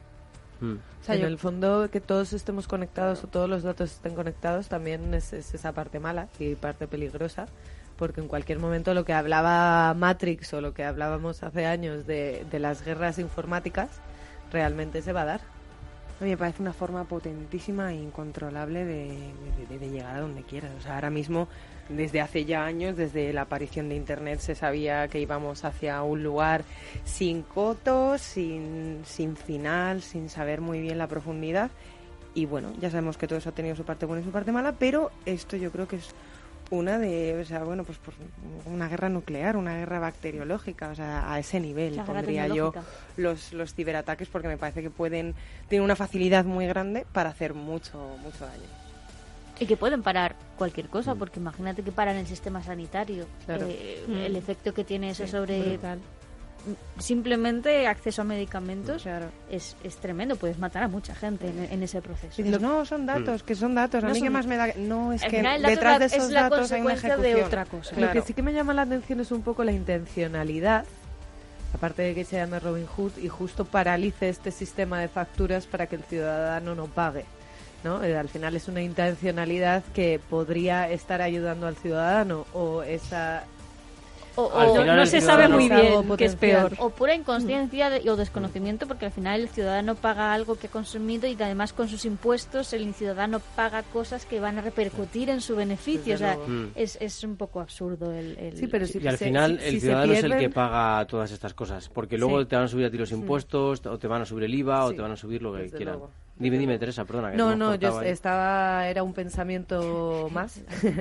Mm. O sea, yo- en el fondo, que todos estemos conectados o todos los datos estén conectados también es, es esa parte mala y parte peligrosa, porque en cualquier momento lo que hablaba Matrix o lo que hablábamos hace años de, de las guerras informáticas realmente se va a dar. A mí me parece una forma potentísima e incontrolable de, de- de llegar a donde quieras. O sea, ahora mismo, desde hace ya años, desde la aparición de Internet, se sabía que íbamos hacia un lugar sin cotos, sin, sin final, sin saber muy bien la profundidad. Y bueno, ya sabemos que todo eso ha tenido su parte buena y su parte mala, pero esto yo creo que es una de, o sea, bueno, pues por una guerra nuclear, una guerra bacteriológica, o sea, a ese nivel La guerra pondría yo tecnológica. los, los ciberataques, porque me parece que pueden, tienen una facilidad muy grande para hacer mucho, mucho daño. Y que pueden parar cualquier cosa, porque imagínate que paran el sistema sanitario. Claro. Eh, Mm. El efecto que tiene eso Sí, sobre Brutal. simplemente acceso a medicamentos Claro. es, es tremendo. Puedes matar a mucha gente en, en ese proceso. Y dices, no, son datos, que son datos, a No mí son- qué más me da... No, es Al que final el dato detrás de es la- esos es la datos hay una consecuencia de ejecución. otra cosa. Claro. Lo que sí que me llama la atención es un poco la intencionalidad, aparte de que se llame Robin Hood, y justo paralice este sistema de facturas para que el ciudadano no pague, ¿no? Eh, al final es una intencionalidad que podría estar ayudando al ciudadano o esa... O, Al o- final no el se ciudadano- sabe muy Es algo bien qué es potencial. peor. o pura inconsciencia de- o desconocimiento, porque al final el ciudadano paga algo que ha consumido y además con sus impuestos el ciudadano paga cosas que van a repercutir en su beneficio. O sea, luego. Mm. es, es un poco absurdo el... el- Sí, pero si Y al se- final si- el si se ciudadano es el que pierden- paga todas estas cosas, porque luego Sí. te van a subir a ti los impuestos, o te van a subir el I V A, o Sí, te van a subir lo que desde quieran. luego. Dime, dime, Teresa, perdona. Que te No, hemos no, yo cortado ahí. estaba, era un pensamiento más.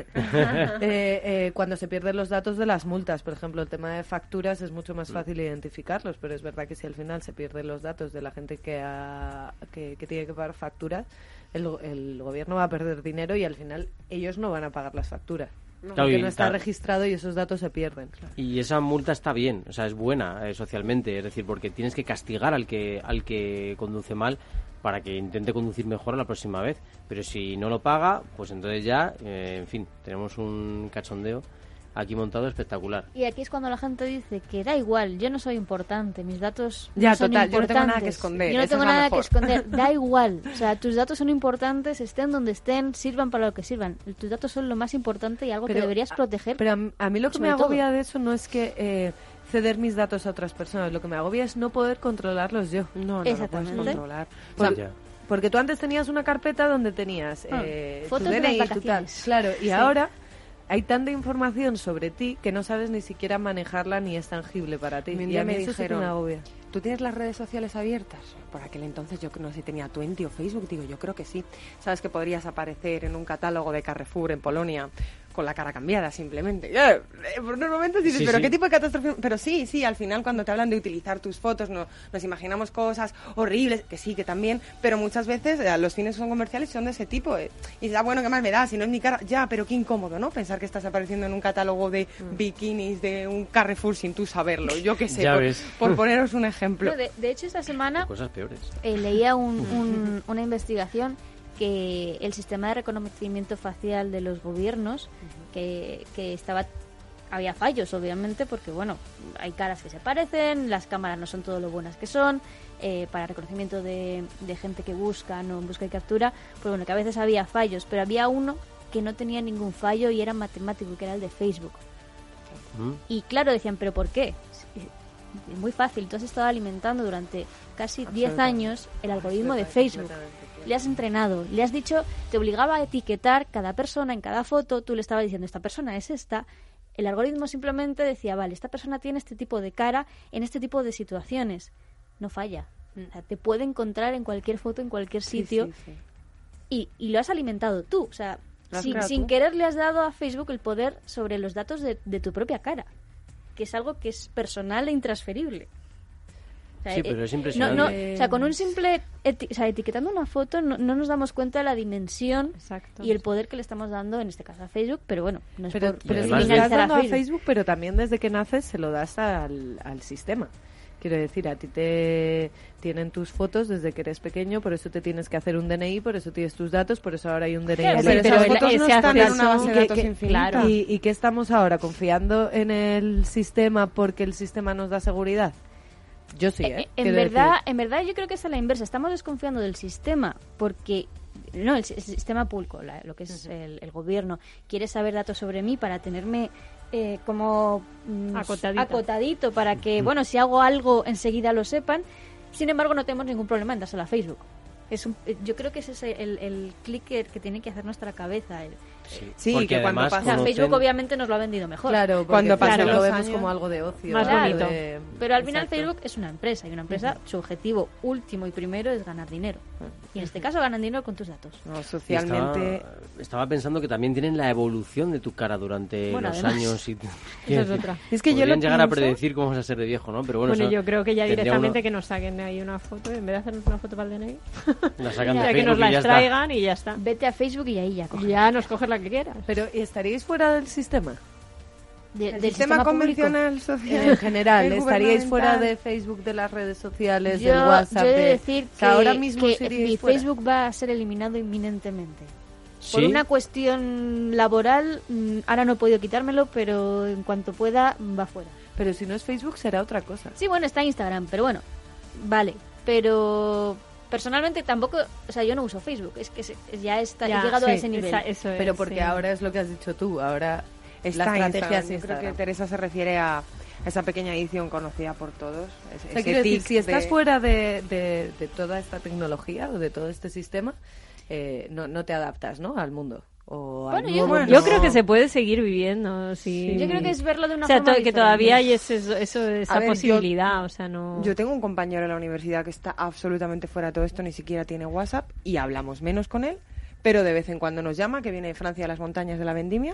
Eh, eh, cuando se pierden los datos de las multas, por ejemplo, el tema de facturas es mucho más fácil identificarlos, pero es verdad que si al final se pierden los datos de la gente que, ha- que, que tiene que pagar facturas, el, el gobierno va a perder dinero y al final ellos no van a pagar las facturas. Claro, Porque y no está tal- registrado y esos datos se pierden. Y esa multa está bien, o sea, es buena eh, socialmente, es decir, porque tienes que castigar al que al que conduce mal para que intente conducir mejor la próxima vez. Pero si no lo paga, pues entonces ya, eh, en fin, tenemos un cachondeo aquí montado espectacular. Y aquí es cuando la gente dice que da igual, yo no soy importante, mis datos Ya, no son total, yo no tengo nada importantes. que esconder, Yo no esa tengo es la nada que mejor. esconder, da igual. O sea, tus datos son importantes, estén donde estén, sirvan para lo que sirvan. Tus datos son lo más importante y algo que Pero, deberías a- proteger. Pero a, m- a mí lo que sobre me agobia todo. de eso no es que eh, ceder mis datos a otras personas, lo que me agobia es no poder controlarlos yo. No, no lo puedes Exactamente. controlar. Por- Ya. Porque tú antes tenías una carpeta donde tenías Ah, eh, fotos tu de D N I, las tu tal. vacaciones. Claro, y Sí. ahora hay tanta información sobre ti que no sabes ni siquiera manejarla ni es tangible para ti. A mí un Y día a mí me eso sí que dijeron- me agobia. ¿tú tienes las redes sociales abiertas? Por aquel entonces yo no sé si tenía Twenty o Facebook, digo, yo creo que sí. ¿Sabes que podrías aparecer en un catálogo de Carrefour en Polonia con la cara cambiada simplemente? Eh, por unos momentos dices, Sí, ¿pero sí. qué tipo de catástrofe? Pero sí, sí, al final cuando te hablan de utilizar tus fotos no, nos imaginamos cosas horribles, que sí, que también, pero muchas veces eh, los fines son comerciales son de ese tipo. Eh, y dices, ah, bueno, ¿qué más me da? Si no es mi cara, ya, pero qué incómodo, ¿no? Pensar que estás apareciendo en un catálogo de Mm. bikinis de un Carrefour sin tú saberlo, yo qué sé, Ya por, ves. por poneros un ejemplo. No, de, de hecho, esta semana Cosas peores. eh, leía un- un- una investigación que el sistema de reconocimiento facial de los gobiernos, que, que estaba había fallos, obviamente, porque bueno, hay caras que se parecen, las cámaras no son todo lo buenas que son, eh, para reconocimiento de, de gente que busca, no busca y captura, pues bueno, que a veces había fallos, pero había uno que no tenía ningún fallo y era matemático, que era el de Facebook. Mm. Y claro, decían, ¿pero por qué? Es muy fácil, tú has estado alimentando durante casi diez años el algoritmo de Facebook. Le has entrenado, le has dicho, te obligaba a etiquetar cada persona en cada foto, tú le estabas diciendo, esta persona es esta. El algoritmo simplemente decía, vale, esta persona tiene este tipo de cara en este tipo de situaciones. No falla. O sea, te puede encontrar en cualquier foto, en cualquier Sí, sitio. sí, sí. Y, y lo has alimentado tú. O sea, Lo has sin, creado sin tú. querer le has dado a Facebook el poder sobre los datos de, de tu propia cara, que es algo que es personal e intransferible. O sea, Sí, eh, pero es no, impresionante. no, o sea, con un simple eti- o sea, etiquetando una foto no, no nos damos cuenta de la dimensión Exacto. y el poder que le estamos dando, en este caso a Facebook, pero bueno, no es Pero, por pero Y si le además estás criminalizar dando a Facebook. Facebook, pero también desde que naces se lo das al, al sistema. Quiero decir, a ti te tienen tus fotos desde que eres pequeño, por eso te tienes que hacer un D N I, por eso tienes tus datos, por eso ahora hay un D N I. Claro, así. pero pero esas el- fotos no ese están en acceso una base de que- datos que- infinita. claro. ¿Y, ¿Y qué estamos ahora? ¿Confiando en el sistema porque el sistema nos da seguridad? Yo sí, ¿eh? Eh, en Quiero verdad, decir, en verdad yo creo que es a la inversa. Estamos desconfiando del sistema porque no el, si- el sistema público, la- lo que es el, el gobierno, quiere saber datos sobre mí para tenerme eh, como mm, Acotadita. acotadito para que, bueno, si hago algo enseguida lo sepan. Sin embargo, no tenemos ningún problema en dárselo a Facebook. Es un, eh, yo creo que ese es el, el clic que, que tiene que hacer nuestra cabeza. El- Sí, Porque que cuando además pasa- o sea, conocen- Facebook obviamente nos lo ha vendido mejor. claro, porque Cuando claro, pasan lo los vemos años- como algo de ocio. Más algo bonito. de- Pero al final Exacto. Facebook es una empresa y una empresa, su objetivo último y primero es ganar dinero. Y en este caso ganan dinero con tus datos. No, Y socialmente... Estaba, estaba pensando que también tienen la evolución de tu cara durante Bueno, los además. años. Y, Esa es otra. Es que yo podrían lo llegar a pienso- predecir cómo vas a ser de viejo, ¿no? Pero bueno, Bueno, eso yo creo que ya tendría directamente uno- que nos saquen ahí una foto, en vez de hacernos una foto para el D N I, la sacan de ya que Facebook nos la y ya está. extraigan y ya está. Vete a Facebook y ahí ya coges. Y ya nos coges la que quieras. Pero ¿y estaríais fuera del sistema? De- El del sistema, público. convencional social En general, el ¿estaríais fuera gubernamental. de Facebook, de las redes sociales, Yo, del WhatsApp? yo he de de- decir o sea, que, ahora mismo que seríais mi fuera. Facebook va a ser eliminado inminentemente. Por ¿Sí? una cuestión laboral, mm, ahora no he podido quitármelo, pero en cuanto pueda, va fuera. Pero si no es Facebook, será otra cosa. Sí, bueno, está Instagram, pero bueno, vale. Pero personalmente tampoco, o sea, yo no uso Facebook, es que se- ya está, Ya, he llegado a sí, ese nivel. Esa- eso es, Pero porque sí. ahora es lo que has dicho tú, ahora Está la estrategia Instagram. es Yo creo Instagram. que Teresa se refiere a esa pequeña edición conocida por todos. Ese, O sea, ese quiero decir, tic si estás de- fuera de, de, de toda esta tecnología o de todo este sistema, eh, no, no te adaptas, ¿no? Al mundo. O al Bueno, yo- nuevo bueno, Yo mundo. creo que se puede seguir viviendo. Sí. Yo creo que es verlo de una o sea, forma to- que diferente. todavía hay ese, eso, esa A ver, yo- posibilidad, o sea, no... Yo tengo un compañero en la universidad que está absolutamente fuera de todo esto, ni siquiera tiene WhatsApp y hablamos menos con él, pero de vez en cuando nos llama, que viene de Francia a las montañas de la Vendimia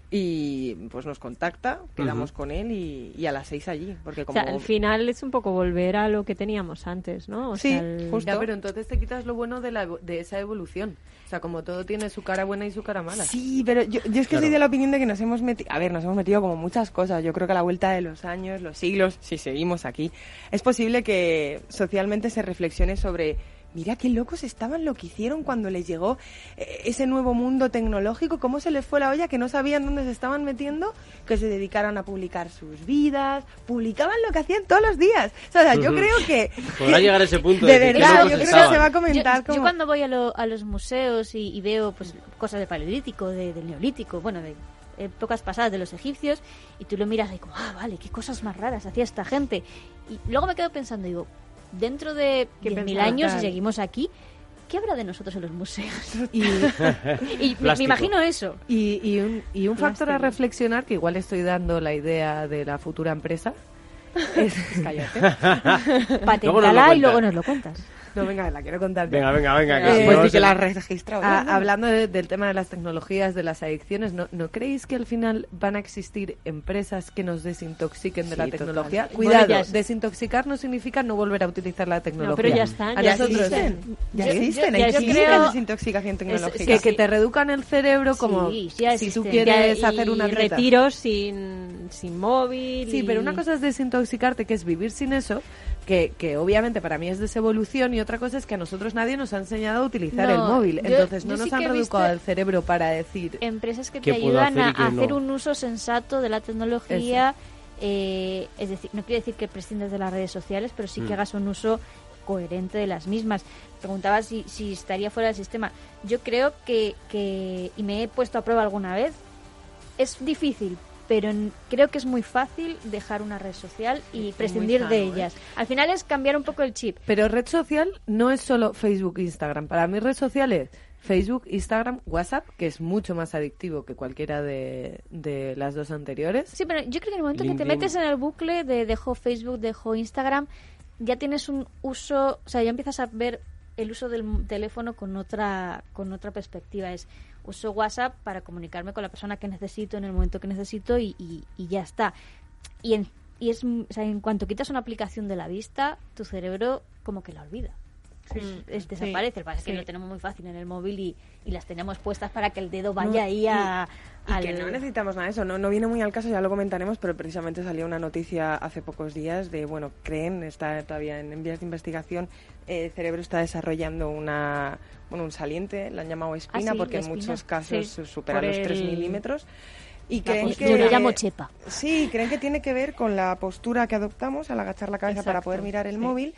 y pues nos contacta, quedamos con él y, y a las seis allí, porque O como... sea, al final es un poco volver a lo que teníamos antes, ¿no? O Sí, sea, el- justo. Ya, pero entonces te quitas lo bueno de, la, evo- de esa evolución. O sea, como todo tiene su cara buena y su cara mala. Sí, pero yo, yo es que Claro. soy de la opinión de que nos hemos metido... A ver, nos hemos metido como muchas cosas. Yo creo que a la vuelta de los años, los siglos, si seguimos aquí, es posible que socialmente se reflexione sobre... Mira qué locos estaban lo que hicieron cuando les llegó eh, ese nuevo mundo tecnológico, cómo se les fue la olla, que no sabían dónde se estaban metiendo, que se dedicaron a publicar sus vidas, publicaban lo que hacían todos los días. O sea, yo Ujú. creo que... Podrá que- llegar a ese punto De de que qué verdad, locos yo creo que estaban. se va a Yo, comentar yo como... cuando voy a, lo- a los museos y, y veo pues cosas del paleolítico, de- del neolítico, bueno, de épocas pasadas de los egipcios, y tú lo miras y como, ah, vale, qué cosas más raras hacía esta gente. Y luego me quedo pensando, digo, dentro de ¿Qué diez mil pensaba años, si tal? seguimos aquí, ¿qué habrá de nosotros en los museos? Y, Y me, me Plástico. imagino eso. y, y un, y un factor a Plástico. reflexionar, que igual estoy dando la idea de la futura empresa, Es, cállate. Patentala y luego nos lo cuentas. No, venga, la quiero contar. Venga, venga, venga. Eh, Que Pues si no sí se- que la has registrado. Ah, ¿no? hablando de- del tema de las tecnologías, de las adicciones, ¿no, ¿no creéis que al final van a existir empresas que nos desintoxiquen de Sí, la total. tecnología? Bueno, Cuidado, ya es- desintoxicar no significa no volver a utilizar la tecnología. No, pero ya están, A ya nosotros- existen. Ya Yo- existen, yo- hay yo técnicas creo- de desintoxicación tecnológica. que, que te reeducan el cerebro como Sí, ya si tú existen. quieres Ya- hacer y una dieta. retiros sin, sin móvil. Sí, y- pero una cosa es desintoxicarte, que es vivir sin eso, que, que obviamente para mí es desevolución, y otra cosa es que a nosotros nadie nos ha enseñado a utilizar No, el móvil. yo- Entonces no yo nos sí han que he reeducado visto- el cerebro para decir... Empresas que ¿Qué te puedo ayudan hacer a, y qué a hacer no? un uso sensato de la tecnología. eh, es decir, no quiero decir que prescindas de las redes sociales, pero sí que Mm. hagas un uso coherente de las mismas. Preguntaba si, si estaría fuera del sistema. Yo creo que, que, y me he puesto a prueba alguna vez, es difícil, pero n- creo que es muy fácil dejar una red social y prescindir sano, de ¿eh? ellas. Al final es cambiar un poco el chip. Pero red social no es solo Facebook e Instagram. Para mí red social es Facebook, Instagram, WhatsApp, que es mucho más adictivo que cualquiera de, de las dos anteriores. Sí, pero yo creo que en el momento que te LinkedIn. metes en el bucle de dejo Facebook, dejo Instagram, ya tienes un uso, o sea, ya empiezas a ver el uso del m- teléfono con otra con otra perspectiva. Es uso WhatsApp para comunicarme con la persona que necesito en el momento que necesito y, y, y ya está. Y, en, y es, o sea, en cuanto quitas una aplicación de la vista, tu cerebro como que la olvida. Sí, Es- desaparece. Lo que pasa es que sí. lo tenemos muy fácil en el móvil y, y las tenemos puestas para que el dedo vaya ahí a... Y al- que no necesitamos nada de eso, no, no viene muy al caso, ya lo comentaremos, pero precisamente salió una noticia hace pocos días de, bueno, creen, está todavía en, en vías de investigación, eh, el cerebro está desarrollando una, bueno, un saliente, la han llamado espina, Ah, sí, porque la en espina. muchos casos Sí, supera por los tres el- milímetros. Y la creen postura. que, Yo lo llamo chepa. Sí, creen que tiene que ver con la postura que adoptamos al agachar la cabeza para Exacto, poder mirar el sí. móvil.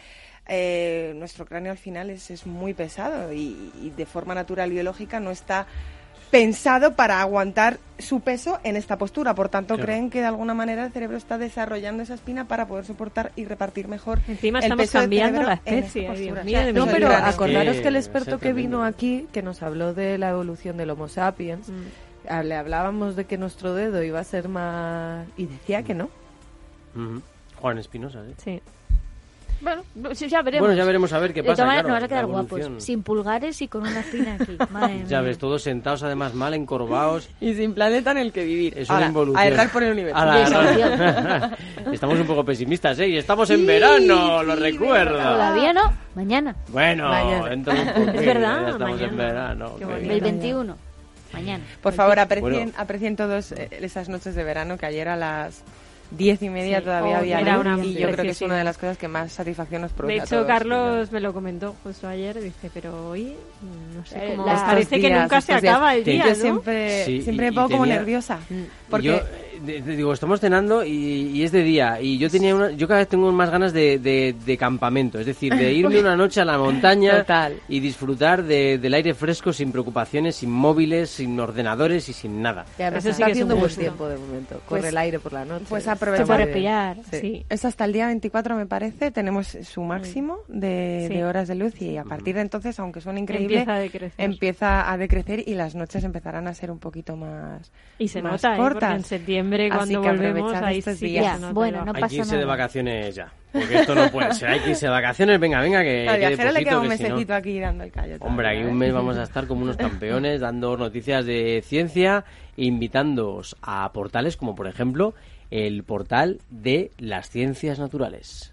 Eh, nuestro cráneo al final es, es muy pesado y, y de forma natural biológica no está pensado para aguantar su peso en esta postura. Por tanto, Claro. creen que de alguna manera el cerebro está desarrollando esa espina para poder soportar y repartir mejor Encima el estamos peso del cambiando cerebro la en esta especie. Ay, Dios postura. mío, O sea, de No, mi es pero el vida. cráneo. acordaros que que el experto es que vino tremendo. aquí, que nos habló de la evolución del Homo sapiens, Mm. ah, le hablábamos de que nuestro dedo iba a ser más... y decía que no. Ujú. Juan Espinosa, ¿eh? Sí. Bueno, sí, ya veremos. Bueno, ya veremos a ver qué De pasa. todas maneras, claro, nos van a quedar la guapos, evolución. sin pulgares y con una espina aquí. Madre Ya mía. ves, todos sentados además mal, encorvados. Y sin planeta en el que vivir. Es Ahora, una involución. a errar por el universo. A la- Desahucio. Estamos un poco pesimistas, ¿eh? Y estamos en verano, lo recuerdo. Todavía no, mañana, Bueno, Mañana. dentro de un poquito, Es verdad, ya estamos en mañana. verano. Qué qué bonito. bien. el veintiuno, mañana. Por favor, aprecien, Bueno. aprecien todos eh, esas noches de verano, que ayer a las diez y media Sí. todavía Oh, había era luz, una y yo creo que es preciosidad. una de las cosas que más satisfacción nos produce De a hecho, todos. Carlos me lo comentó justo ayer. Dice, pero hoy no sé Eh, cómo. la- Parece que días, nunca se estos días. acaba el Te- día, Yo ¿no? siempre, Sí, siempre y- me pongo y como tenía- nerviosa. Porque Yo, eh, de- de- digo, estamos cenando y, y es de día. Y yo tenía una, yo cada vez tengo más ganas de, de, de campamento. Es decir, de irme una noche a la montaña Total. y disfrutar de- del aire fresco, sin preocupaciones, sin móviles, sin ordenadores y sin nada. Y además Eso sí está que es un haciendo buen gusto. tiempo de momento. Corre Pues- el aire por la noche. pues Está aprovechar. muy Se puede bien. respirar. Sí. es hasta el día veinticuatro, me parece, tenemos su máximo de, Sí. de horas de luz, y a partir de entonces, aunque suene increíble, Empieza a decrecer. empieza a decrecer y las noches empezarán a ser un poquito más Y se más nota, ¿eh? Porque cortas. en septiembre, Así cuando que volvemos, aprovechad ahí estos sí que días. se nota Bueno, el no bajo. Hay pasa que irse de nada. vacaciones ya. Porque esto no puede ser. Hay que irse de vacaciones. Venga, venga, que Al quede viajero le poquito, queda un que si no- mesecito aquí dando el callo. Hombre, todavía, aquí ¿eh? un mes vamos a estar como unos campeones dando noticias de ciencia e invitándoos a portales como, por ejemplo, el portal de las ciencias naturales.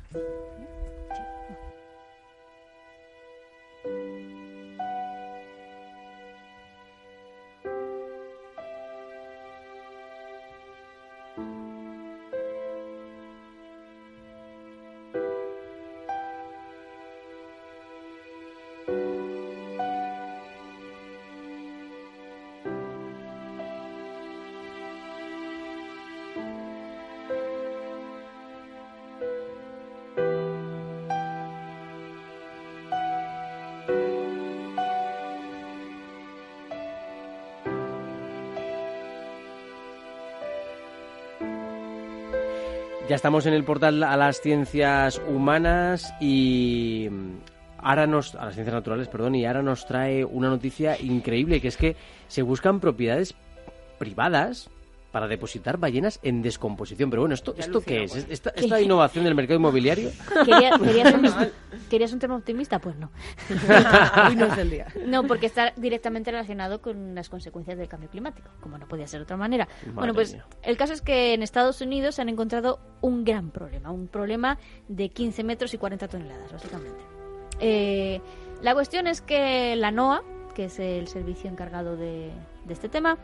Ya estamos en el portal a las ciencias humanas y mm, ahora nos a las ciencias naturales, perdón, y ahora nos trae una noticia increíble, que es que se buscan propiedades privadas para depositar ballenas en descomposición. Pero bueno, ¿esto, esto qué es? ¿Esta, esta innovación del mercado inmobiliario? ¿Querías, querías, un, ¿Querías un tema optimista? Pues no. Hoy no es el día. No, porque está directamente relacionado con las consecuencias del cambio climático, como no podía ser de otra manera. Madre bueno, pues mía. El caso es que en Estados Unidos se han encontrado un gran problema, un problema de quince metros y cuarenta toneladas, básicamente. Eh, la cuestión es que la NOAA, que es el servicio encargado de, de este tema,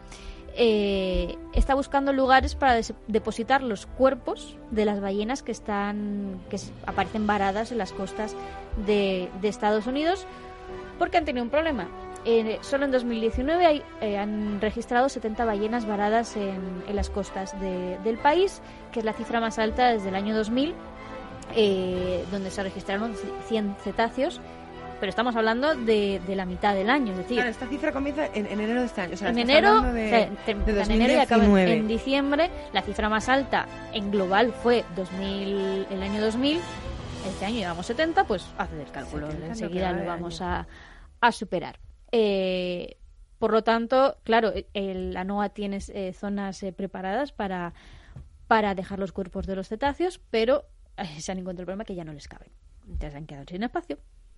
eh, está buscando lugares para des- depositar los cuerpos de las ballenas que están que s- aparecen varadas en las costas de, de Estados Unidos, porque han tenido un problema. Eh, solo en dos mil diecinueve hay, eh, han registrado setenta ballenas varadas en, en las costas de- del país, que es la cifra más alta desde el año dos mil, eh, donde se registraron cien cetáceos. Pero estamos hablando de, de la mitad del año, es decir... Claro, esta cifra comienza en, en enero de este año. O sea, en estás enero, hablando de, o sea, te- de en enero y acaba en, dos mil diecinueve. en diciembre. La cifra más alta en global fue dos mil, el año dos mil. Este año llevamos setenta, pues haced el cálculo. setenta, Enseguida lo que lo va de vamos año. a, a superar. Eh, por lo tanto, claro, el, la NOAA tiene eh, zonas eh, preparadas para, para dejar los cuerpos de los cetáceos, pero eh, se han encontrado el problema que ya no les caben. Entonces han quedado sin espacio.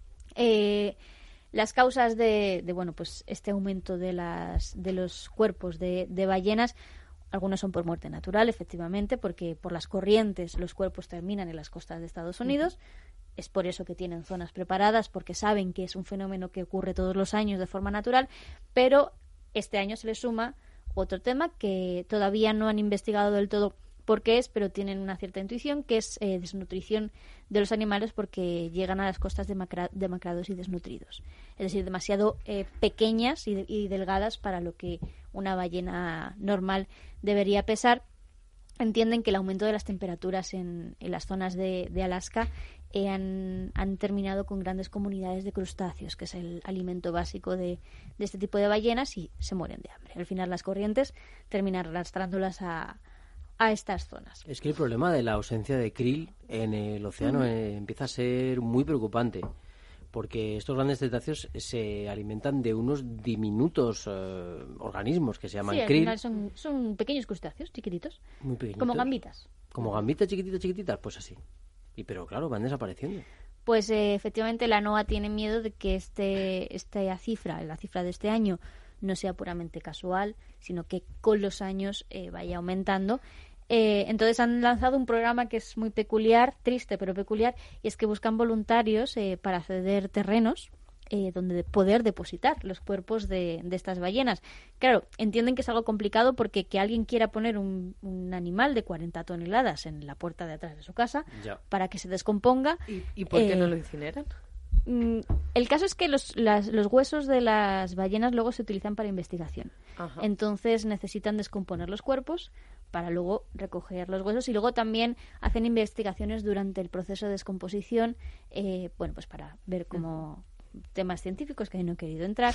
Eh, las causas de, de bueno pues este aumento de las de los cuerpos de, de ballenas, algunos son por muerte natural, efectivamente, porque por las corrientes los cuerpos terminan en las costas de Estados Unidos. Es por eso que tienen zonas preparadas, porque saben que es un fenómeno que ocurre todos los años de forma natural, pero este año se le suma otro tema que todavía no han investigado del todo por qué es, pero tienen una cierta intuición, que es eh, desnutrición de los animales, porque llegan a las costas demacra- demacrados y desnutridos. Es decir, demasiado eh, pequeñas y, de- y delgadas para lo que una ballena normal debería pesar. Entienden que el aumento de las temperaturas en, en las zonas de, de Alaska eh, han, han terminado con grandes comunidades de crustáceos, que es el alimento básico de, de este tipo de ballenas, y se mueren de hambre. Al final las corrientes terminan arrastrándolas a a estas zonas. Es que el problema de la ausencia de krill en el océano uh-huh. eh, empieza a ser muy preocupante, porque estos grandes cetáceos se alimentan de unos diminutos eh, organismos que se llaman sí, al krill. Final son, son pequeños crustáceos, chiquititos, muy pequeñitos, como gambitas. Como gambitas chiquititas, chiquititas, pues así. Y pero claro, van desapareciendo. Pues eh, efectivamente la NOAA tiene miedo de que este esta cifra, la cifra de este año, no sea puramente casual, sino que con los años eh, vaya aumentando. Eh, entonces han lanzado un programa que es muy peculiar, triste pero peculiar, y es que buscan voluntarios eh, para ceder terrenos eh, donde poder depositar los cuerpos de, de estas ballenas. Claro, entienden que es algo complicado, porque que alguien quiera poner un, un animal de cuarenta toneladas en la puerta de atrás de su casa ya. para que se descomponga... ¿Y, y por qué eh, no lo incineran? El caso es que los, las, los huesos de las ballenas luego se utilizan para investigación. Ajá. Entonces necesitan descomponer los cuerpos para luego recoger los huesos, y luego también hacen investigaciones durante el proceso de descomposición, eh, bueno, pues para ver cómo... temas científicos que ahí no he querido entrar.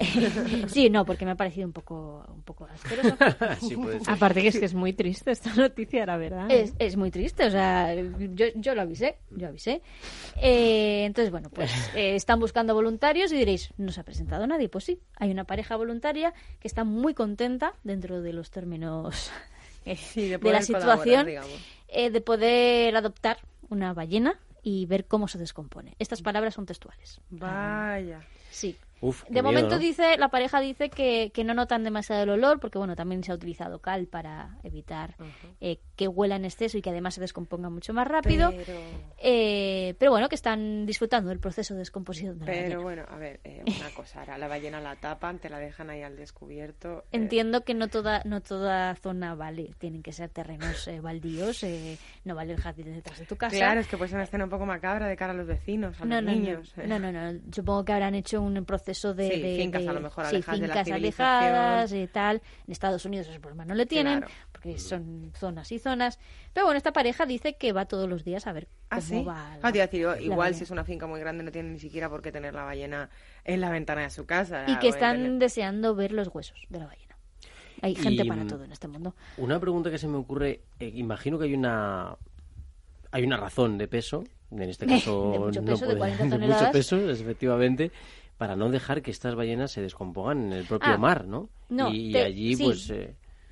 Sí, no, porque me ha parecido un poco un poco asqueroso. Sí, puede ser. Aparte que es que es muy triste esta noticia, la verdad. Es, es muy triste, o sea, yo, yo lo avisé, yo avisé. Eh, entonces, bueno, pues eh, están buscando voluntarios, y diréis, ¿no se ha presentado nadie? Pues sí, hay una pareja voluntaria que está muy contenta, dentro de los términos eh, Sí, de de, poder la colaborar, situación, digamos. eh, de poder adoptar una ballena y ver cómo se descompone. Estas palabras son textuales. Vaya. Sí. Uf, qué De miedo, momento ¿no? dice, la pareja dice que, que no notan demasiado el olor, porque bueno, también se ha utilizado cal para evitar Ujú. eh, que huela en exceso y que además se descomponga mucho más rápido. Pero, Eh, pero bueno, que están disfrutando del proceso de descomposición de la pero ballena. bueno, a ver, eh, una cosa, ahora la ballena la tapan, te la dejan ahí al descubierto. eh, Entiendo que no toda no toda zona vale, tienen que ser terrenos eh, baldíos, eh, no vale el jardín detrás de tu casa. Claro, es que puede ser una escena un poco macabra de cara a los vecinos, a No, los no, niños. no, eh. no, no, no. Supongo que habrán hecho un proceso de... Sí, de- fincas de- a lo mejor sí, alejadas de la fincas civilización. alejadas y tal. En Estados Unidos ese problema no le tienen, Claro. porque son zonas y zonas. Pero bueno, esta pareja dice que va todos los días a ver ¿Ah, cómo sí? va. Ah, te iba a decir, la igual ballena. si es una finca muy grande no tiene ni siquiera por qué tener la ballena en la ventana de su casa. Y que o en están tener- deseando ver los huesos de la ballena. Hay gente Y, para mm, todo en este mundo. Una pregunta que se me ocurre, eh, imagino que hay una hay una razón de peso, en este caso De mucho no peso, de puede- cuarenta de toneladas. mucho peso, efectivamente, para no dejar que estas ballenas se descompongan en el propio Ah, mar, ¿no? no, y te- allí sí. pues eh,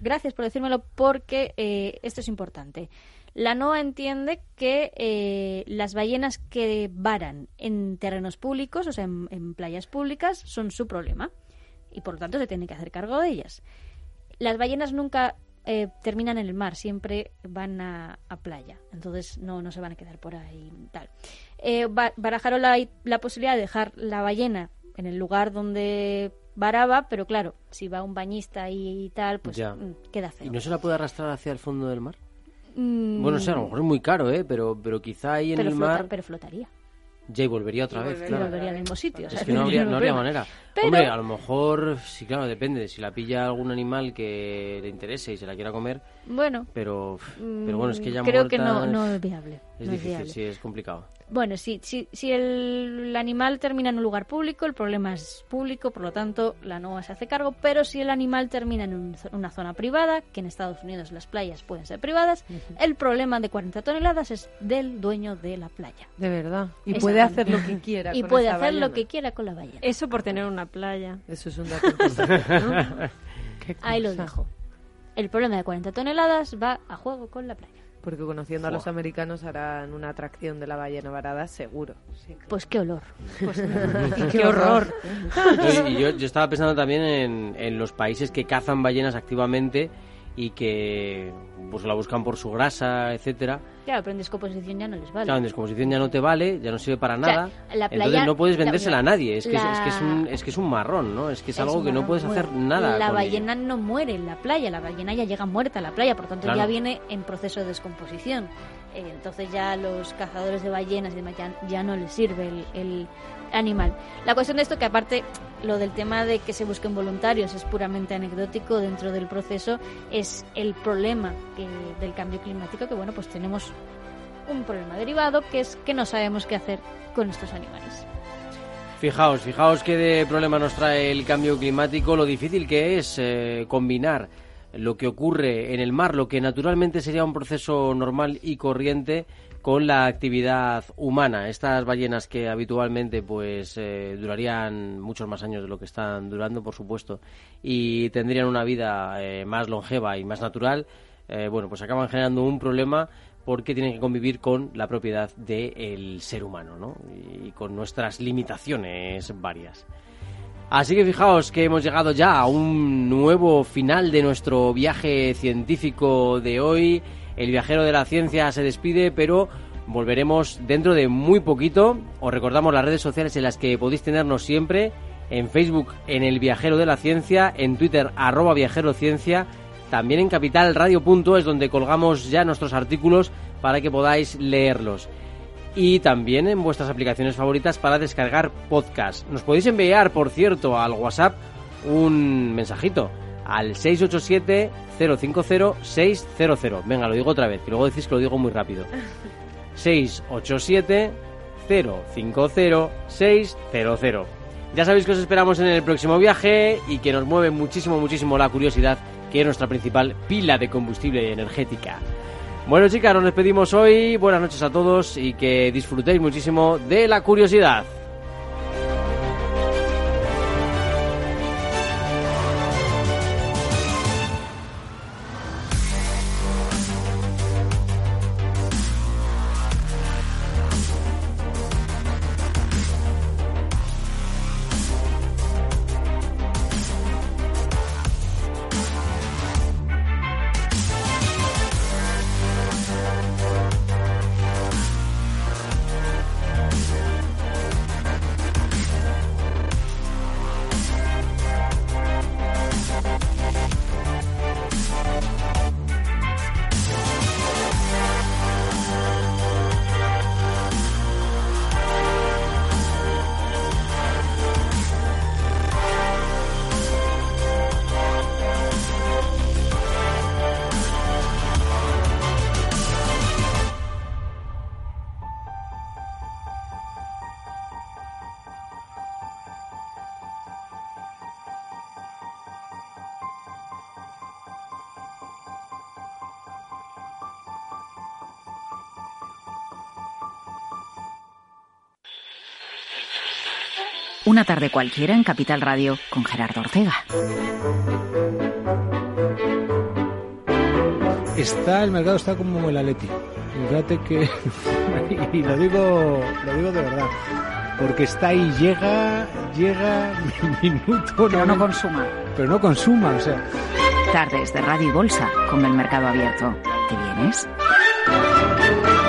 gracias por decírmelo, porque eh, esto es importante. La N O A entiende que eh, las ballenas que varan en terrenos públicos, o sea, en, en playas públicas, son su problema y por lo tanto se tiene que hacer cargo de ellas. Las ballenas nunca eh, terminan en el mar, siempre van a, a playa, entonces no, no se van a quedar por ahí tal. Eh, barajaron la, la posibilidad de dejar la ballena en el lugar donde varaba, pero claro, si va un bañista y tal, pues ya. queda feo. ¿Y no se la puede arrastrar hacia el fondo del mar? Mm. Bueno, o sea, a lo mejor es muy caro, ¿eh? Pero, pero quizá ahí en pero el flota, mar... Pero flotaría. Ya, y volvería otra y vez, volvería, claro. Y volvería al mismo sitio. Es o sea, que no habría, no habría problema. manera. Pero... Hombre, a lo mejor, sí, claro, depende. Si la pilla algún animal que le interese y se la quiera comer, Bueno, pero, pero bueno, es que ya creo muerta que no, es- no es viable. es no difícil, viable. sí, es complicado. Bueno, si, si, si el, el animal termina en un lugar público, el problema es público, por lo tanto la N O A se hace cargo, pero si el animal termina en un- una zona privada, que en Estados Unidos las playas pueden ser privadas, el problema de cuarenta toneladas es del dueño de la playa. De verdad. Y Exacto. puede hacer lo que quiera Y con puede esa hacer lo ballena. que quiera con la ballena. Eso por tener una playa. Eso es un dato importante, ¿no? Qué Ahí lo cosa. dejo. El problema de cuarenta toneladas va a juego con la playa. Porque conociendo a Buah. los americanos harán una atracción de la ballena varada, seguro. Sí. Pues qué olor. Pues, ¡Qué horror! Yo, y yo, yo estaba pensando también en, en los países que cazan ballenas activamente y que pues la buscan por su grasa, etcétera. Claro, pero en descomposición ya no les vale. Claro, en descomposición ya no te vale, ya no sirve para O sea, nada. la Entonces playa- no puedes la- vendérsela a nadie. Es que, es, la- es que es un es que es un marrón, ¿no? Es que es, Es algo que no marrón, puedes bueno, hacer nada. La con ballena ello. no muere en la playa, la ballena ya llega muerta a la playa, por tanto Claro. ya viene en proceso de descomposición. Eh, entonces ya a los cazadores de ballenas y demás ya, ya no les sirve el, el animal. La cuestión de esto, que aparte lo del tema de que se busquen voluntarios es puramente anecdótico dentro del proceso, es el problema que, del cambio climático, que bueno, pues tenemos un problema derivado, que es que no sabemos qué hacer con estos animales. Fijaos, fijaos qué de problema nos trae el cambio climático, lo difícil que es eh, combinar lo que ocurre en el mar, lo que naturalmente sería un proceso normal y corriente, con la actividad humana. Estas ballenas que habitualmente pues eh, durarían muchos más años de lo que están durando, por supuesto, y tendrían una vida eh, más longeva y más natural, eh, bueno, pues acaban generando un problema porque tienen que convivir con la propiedad del ser humano, ¿no? Y con nuestras limitaciones varias. Así que fijaos que hemos llegado ya a un nuevo final de nuestro viaje científico de hoy. El viajero de la ciencia se despide, pero volveremos dentro de muy poquito. Os recordamos las redes sociales en las que podéis tenernos siempre. En Facebook, en El Viajero de la Ciencia, en Twitter, arroba viajerociencia, también en capital radio punto es, donde colgamos ya nuestros artículos para que podáis leerlos. Y también en vuestras aplicaciones favoritas para descargar podcast. Nos podéis enviar, por cierto, al WhatsApp un mensajito al seis ocho siete, cero cinco cero, seis cero cero. Venga, lo digo otra vez, que luego decís que lo digo muy rápido. seis ocho siete, cero cinco cero, seis cero cero. Ya sabéis que os esperamos en el próximo viaje y que nos mueve muchísimo, muchísimo la curiosidad, que es nuestra principal pila de combustible energética. Bueno, chicas, nos despedimos hoy. Buenas noches a todos y que disfrutéis muchísimo de la curiosidad. Una tarde cualquiera en Capital Radio con Gerardo Ortega. está, el mercado está como el Atleti. Fíjate que, y lo digo, lo digo de verdad, porque está ahí, llega, llega, minuto... Pero no consuma. Pero no consuma, o sea... Tardes de Radio y Bolsa con el mercado abierto. ¿Te vienes?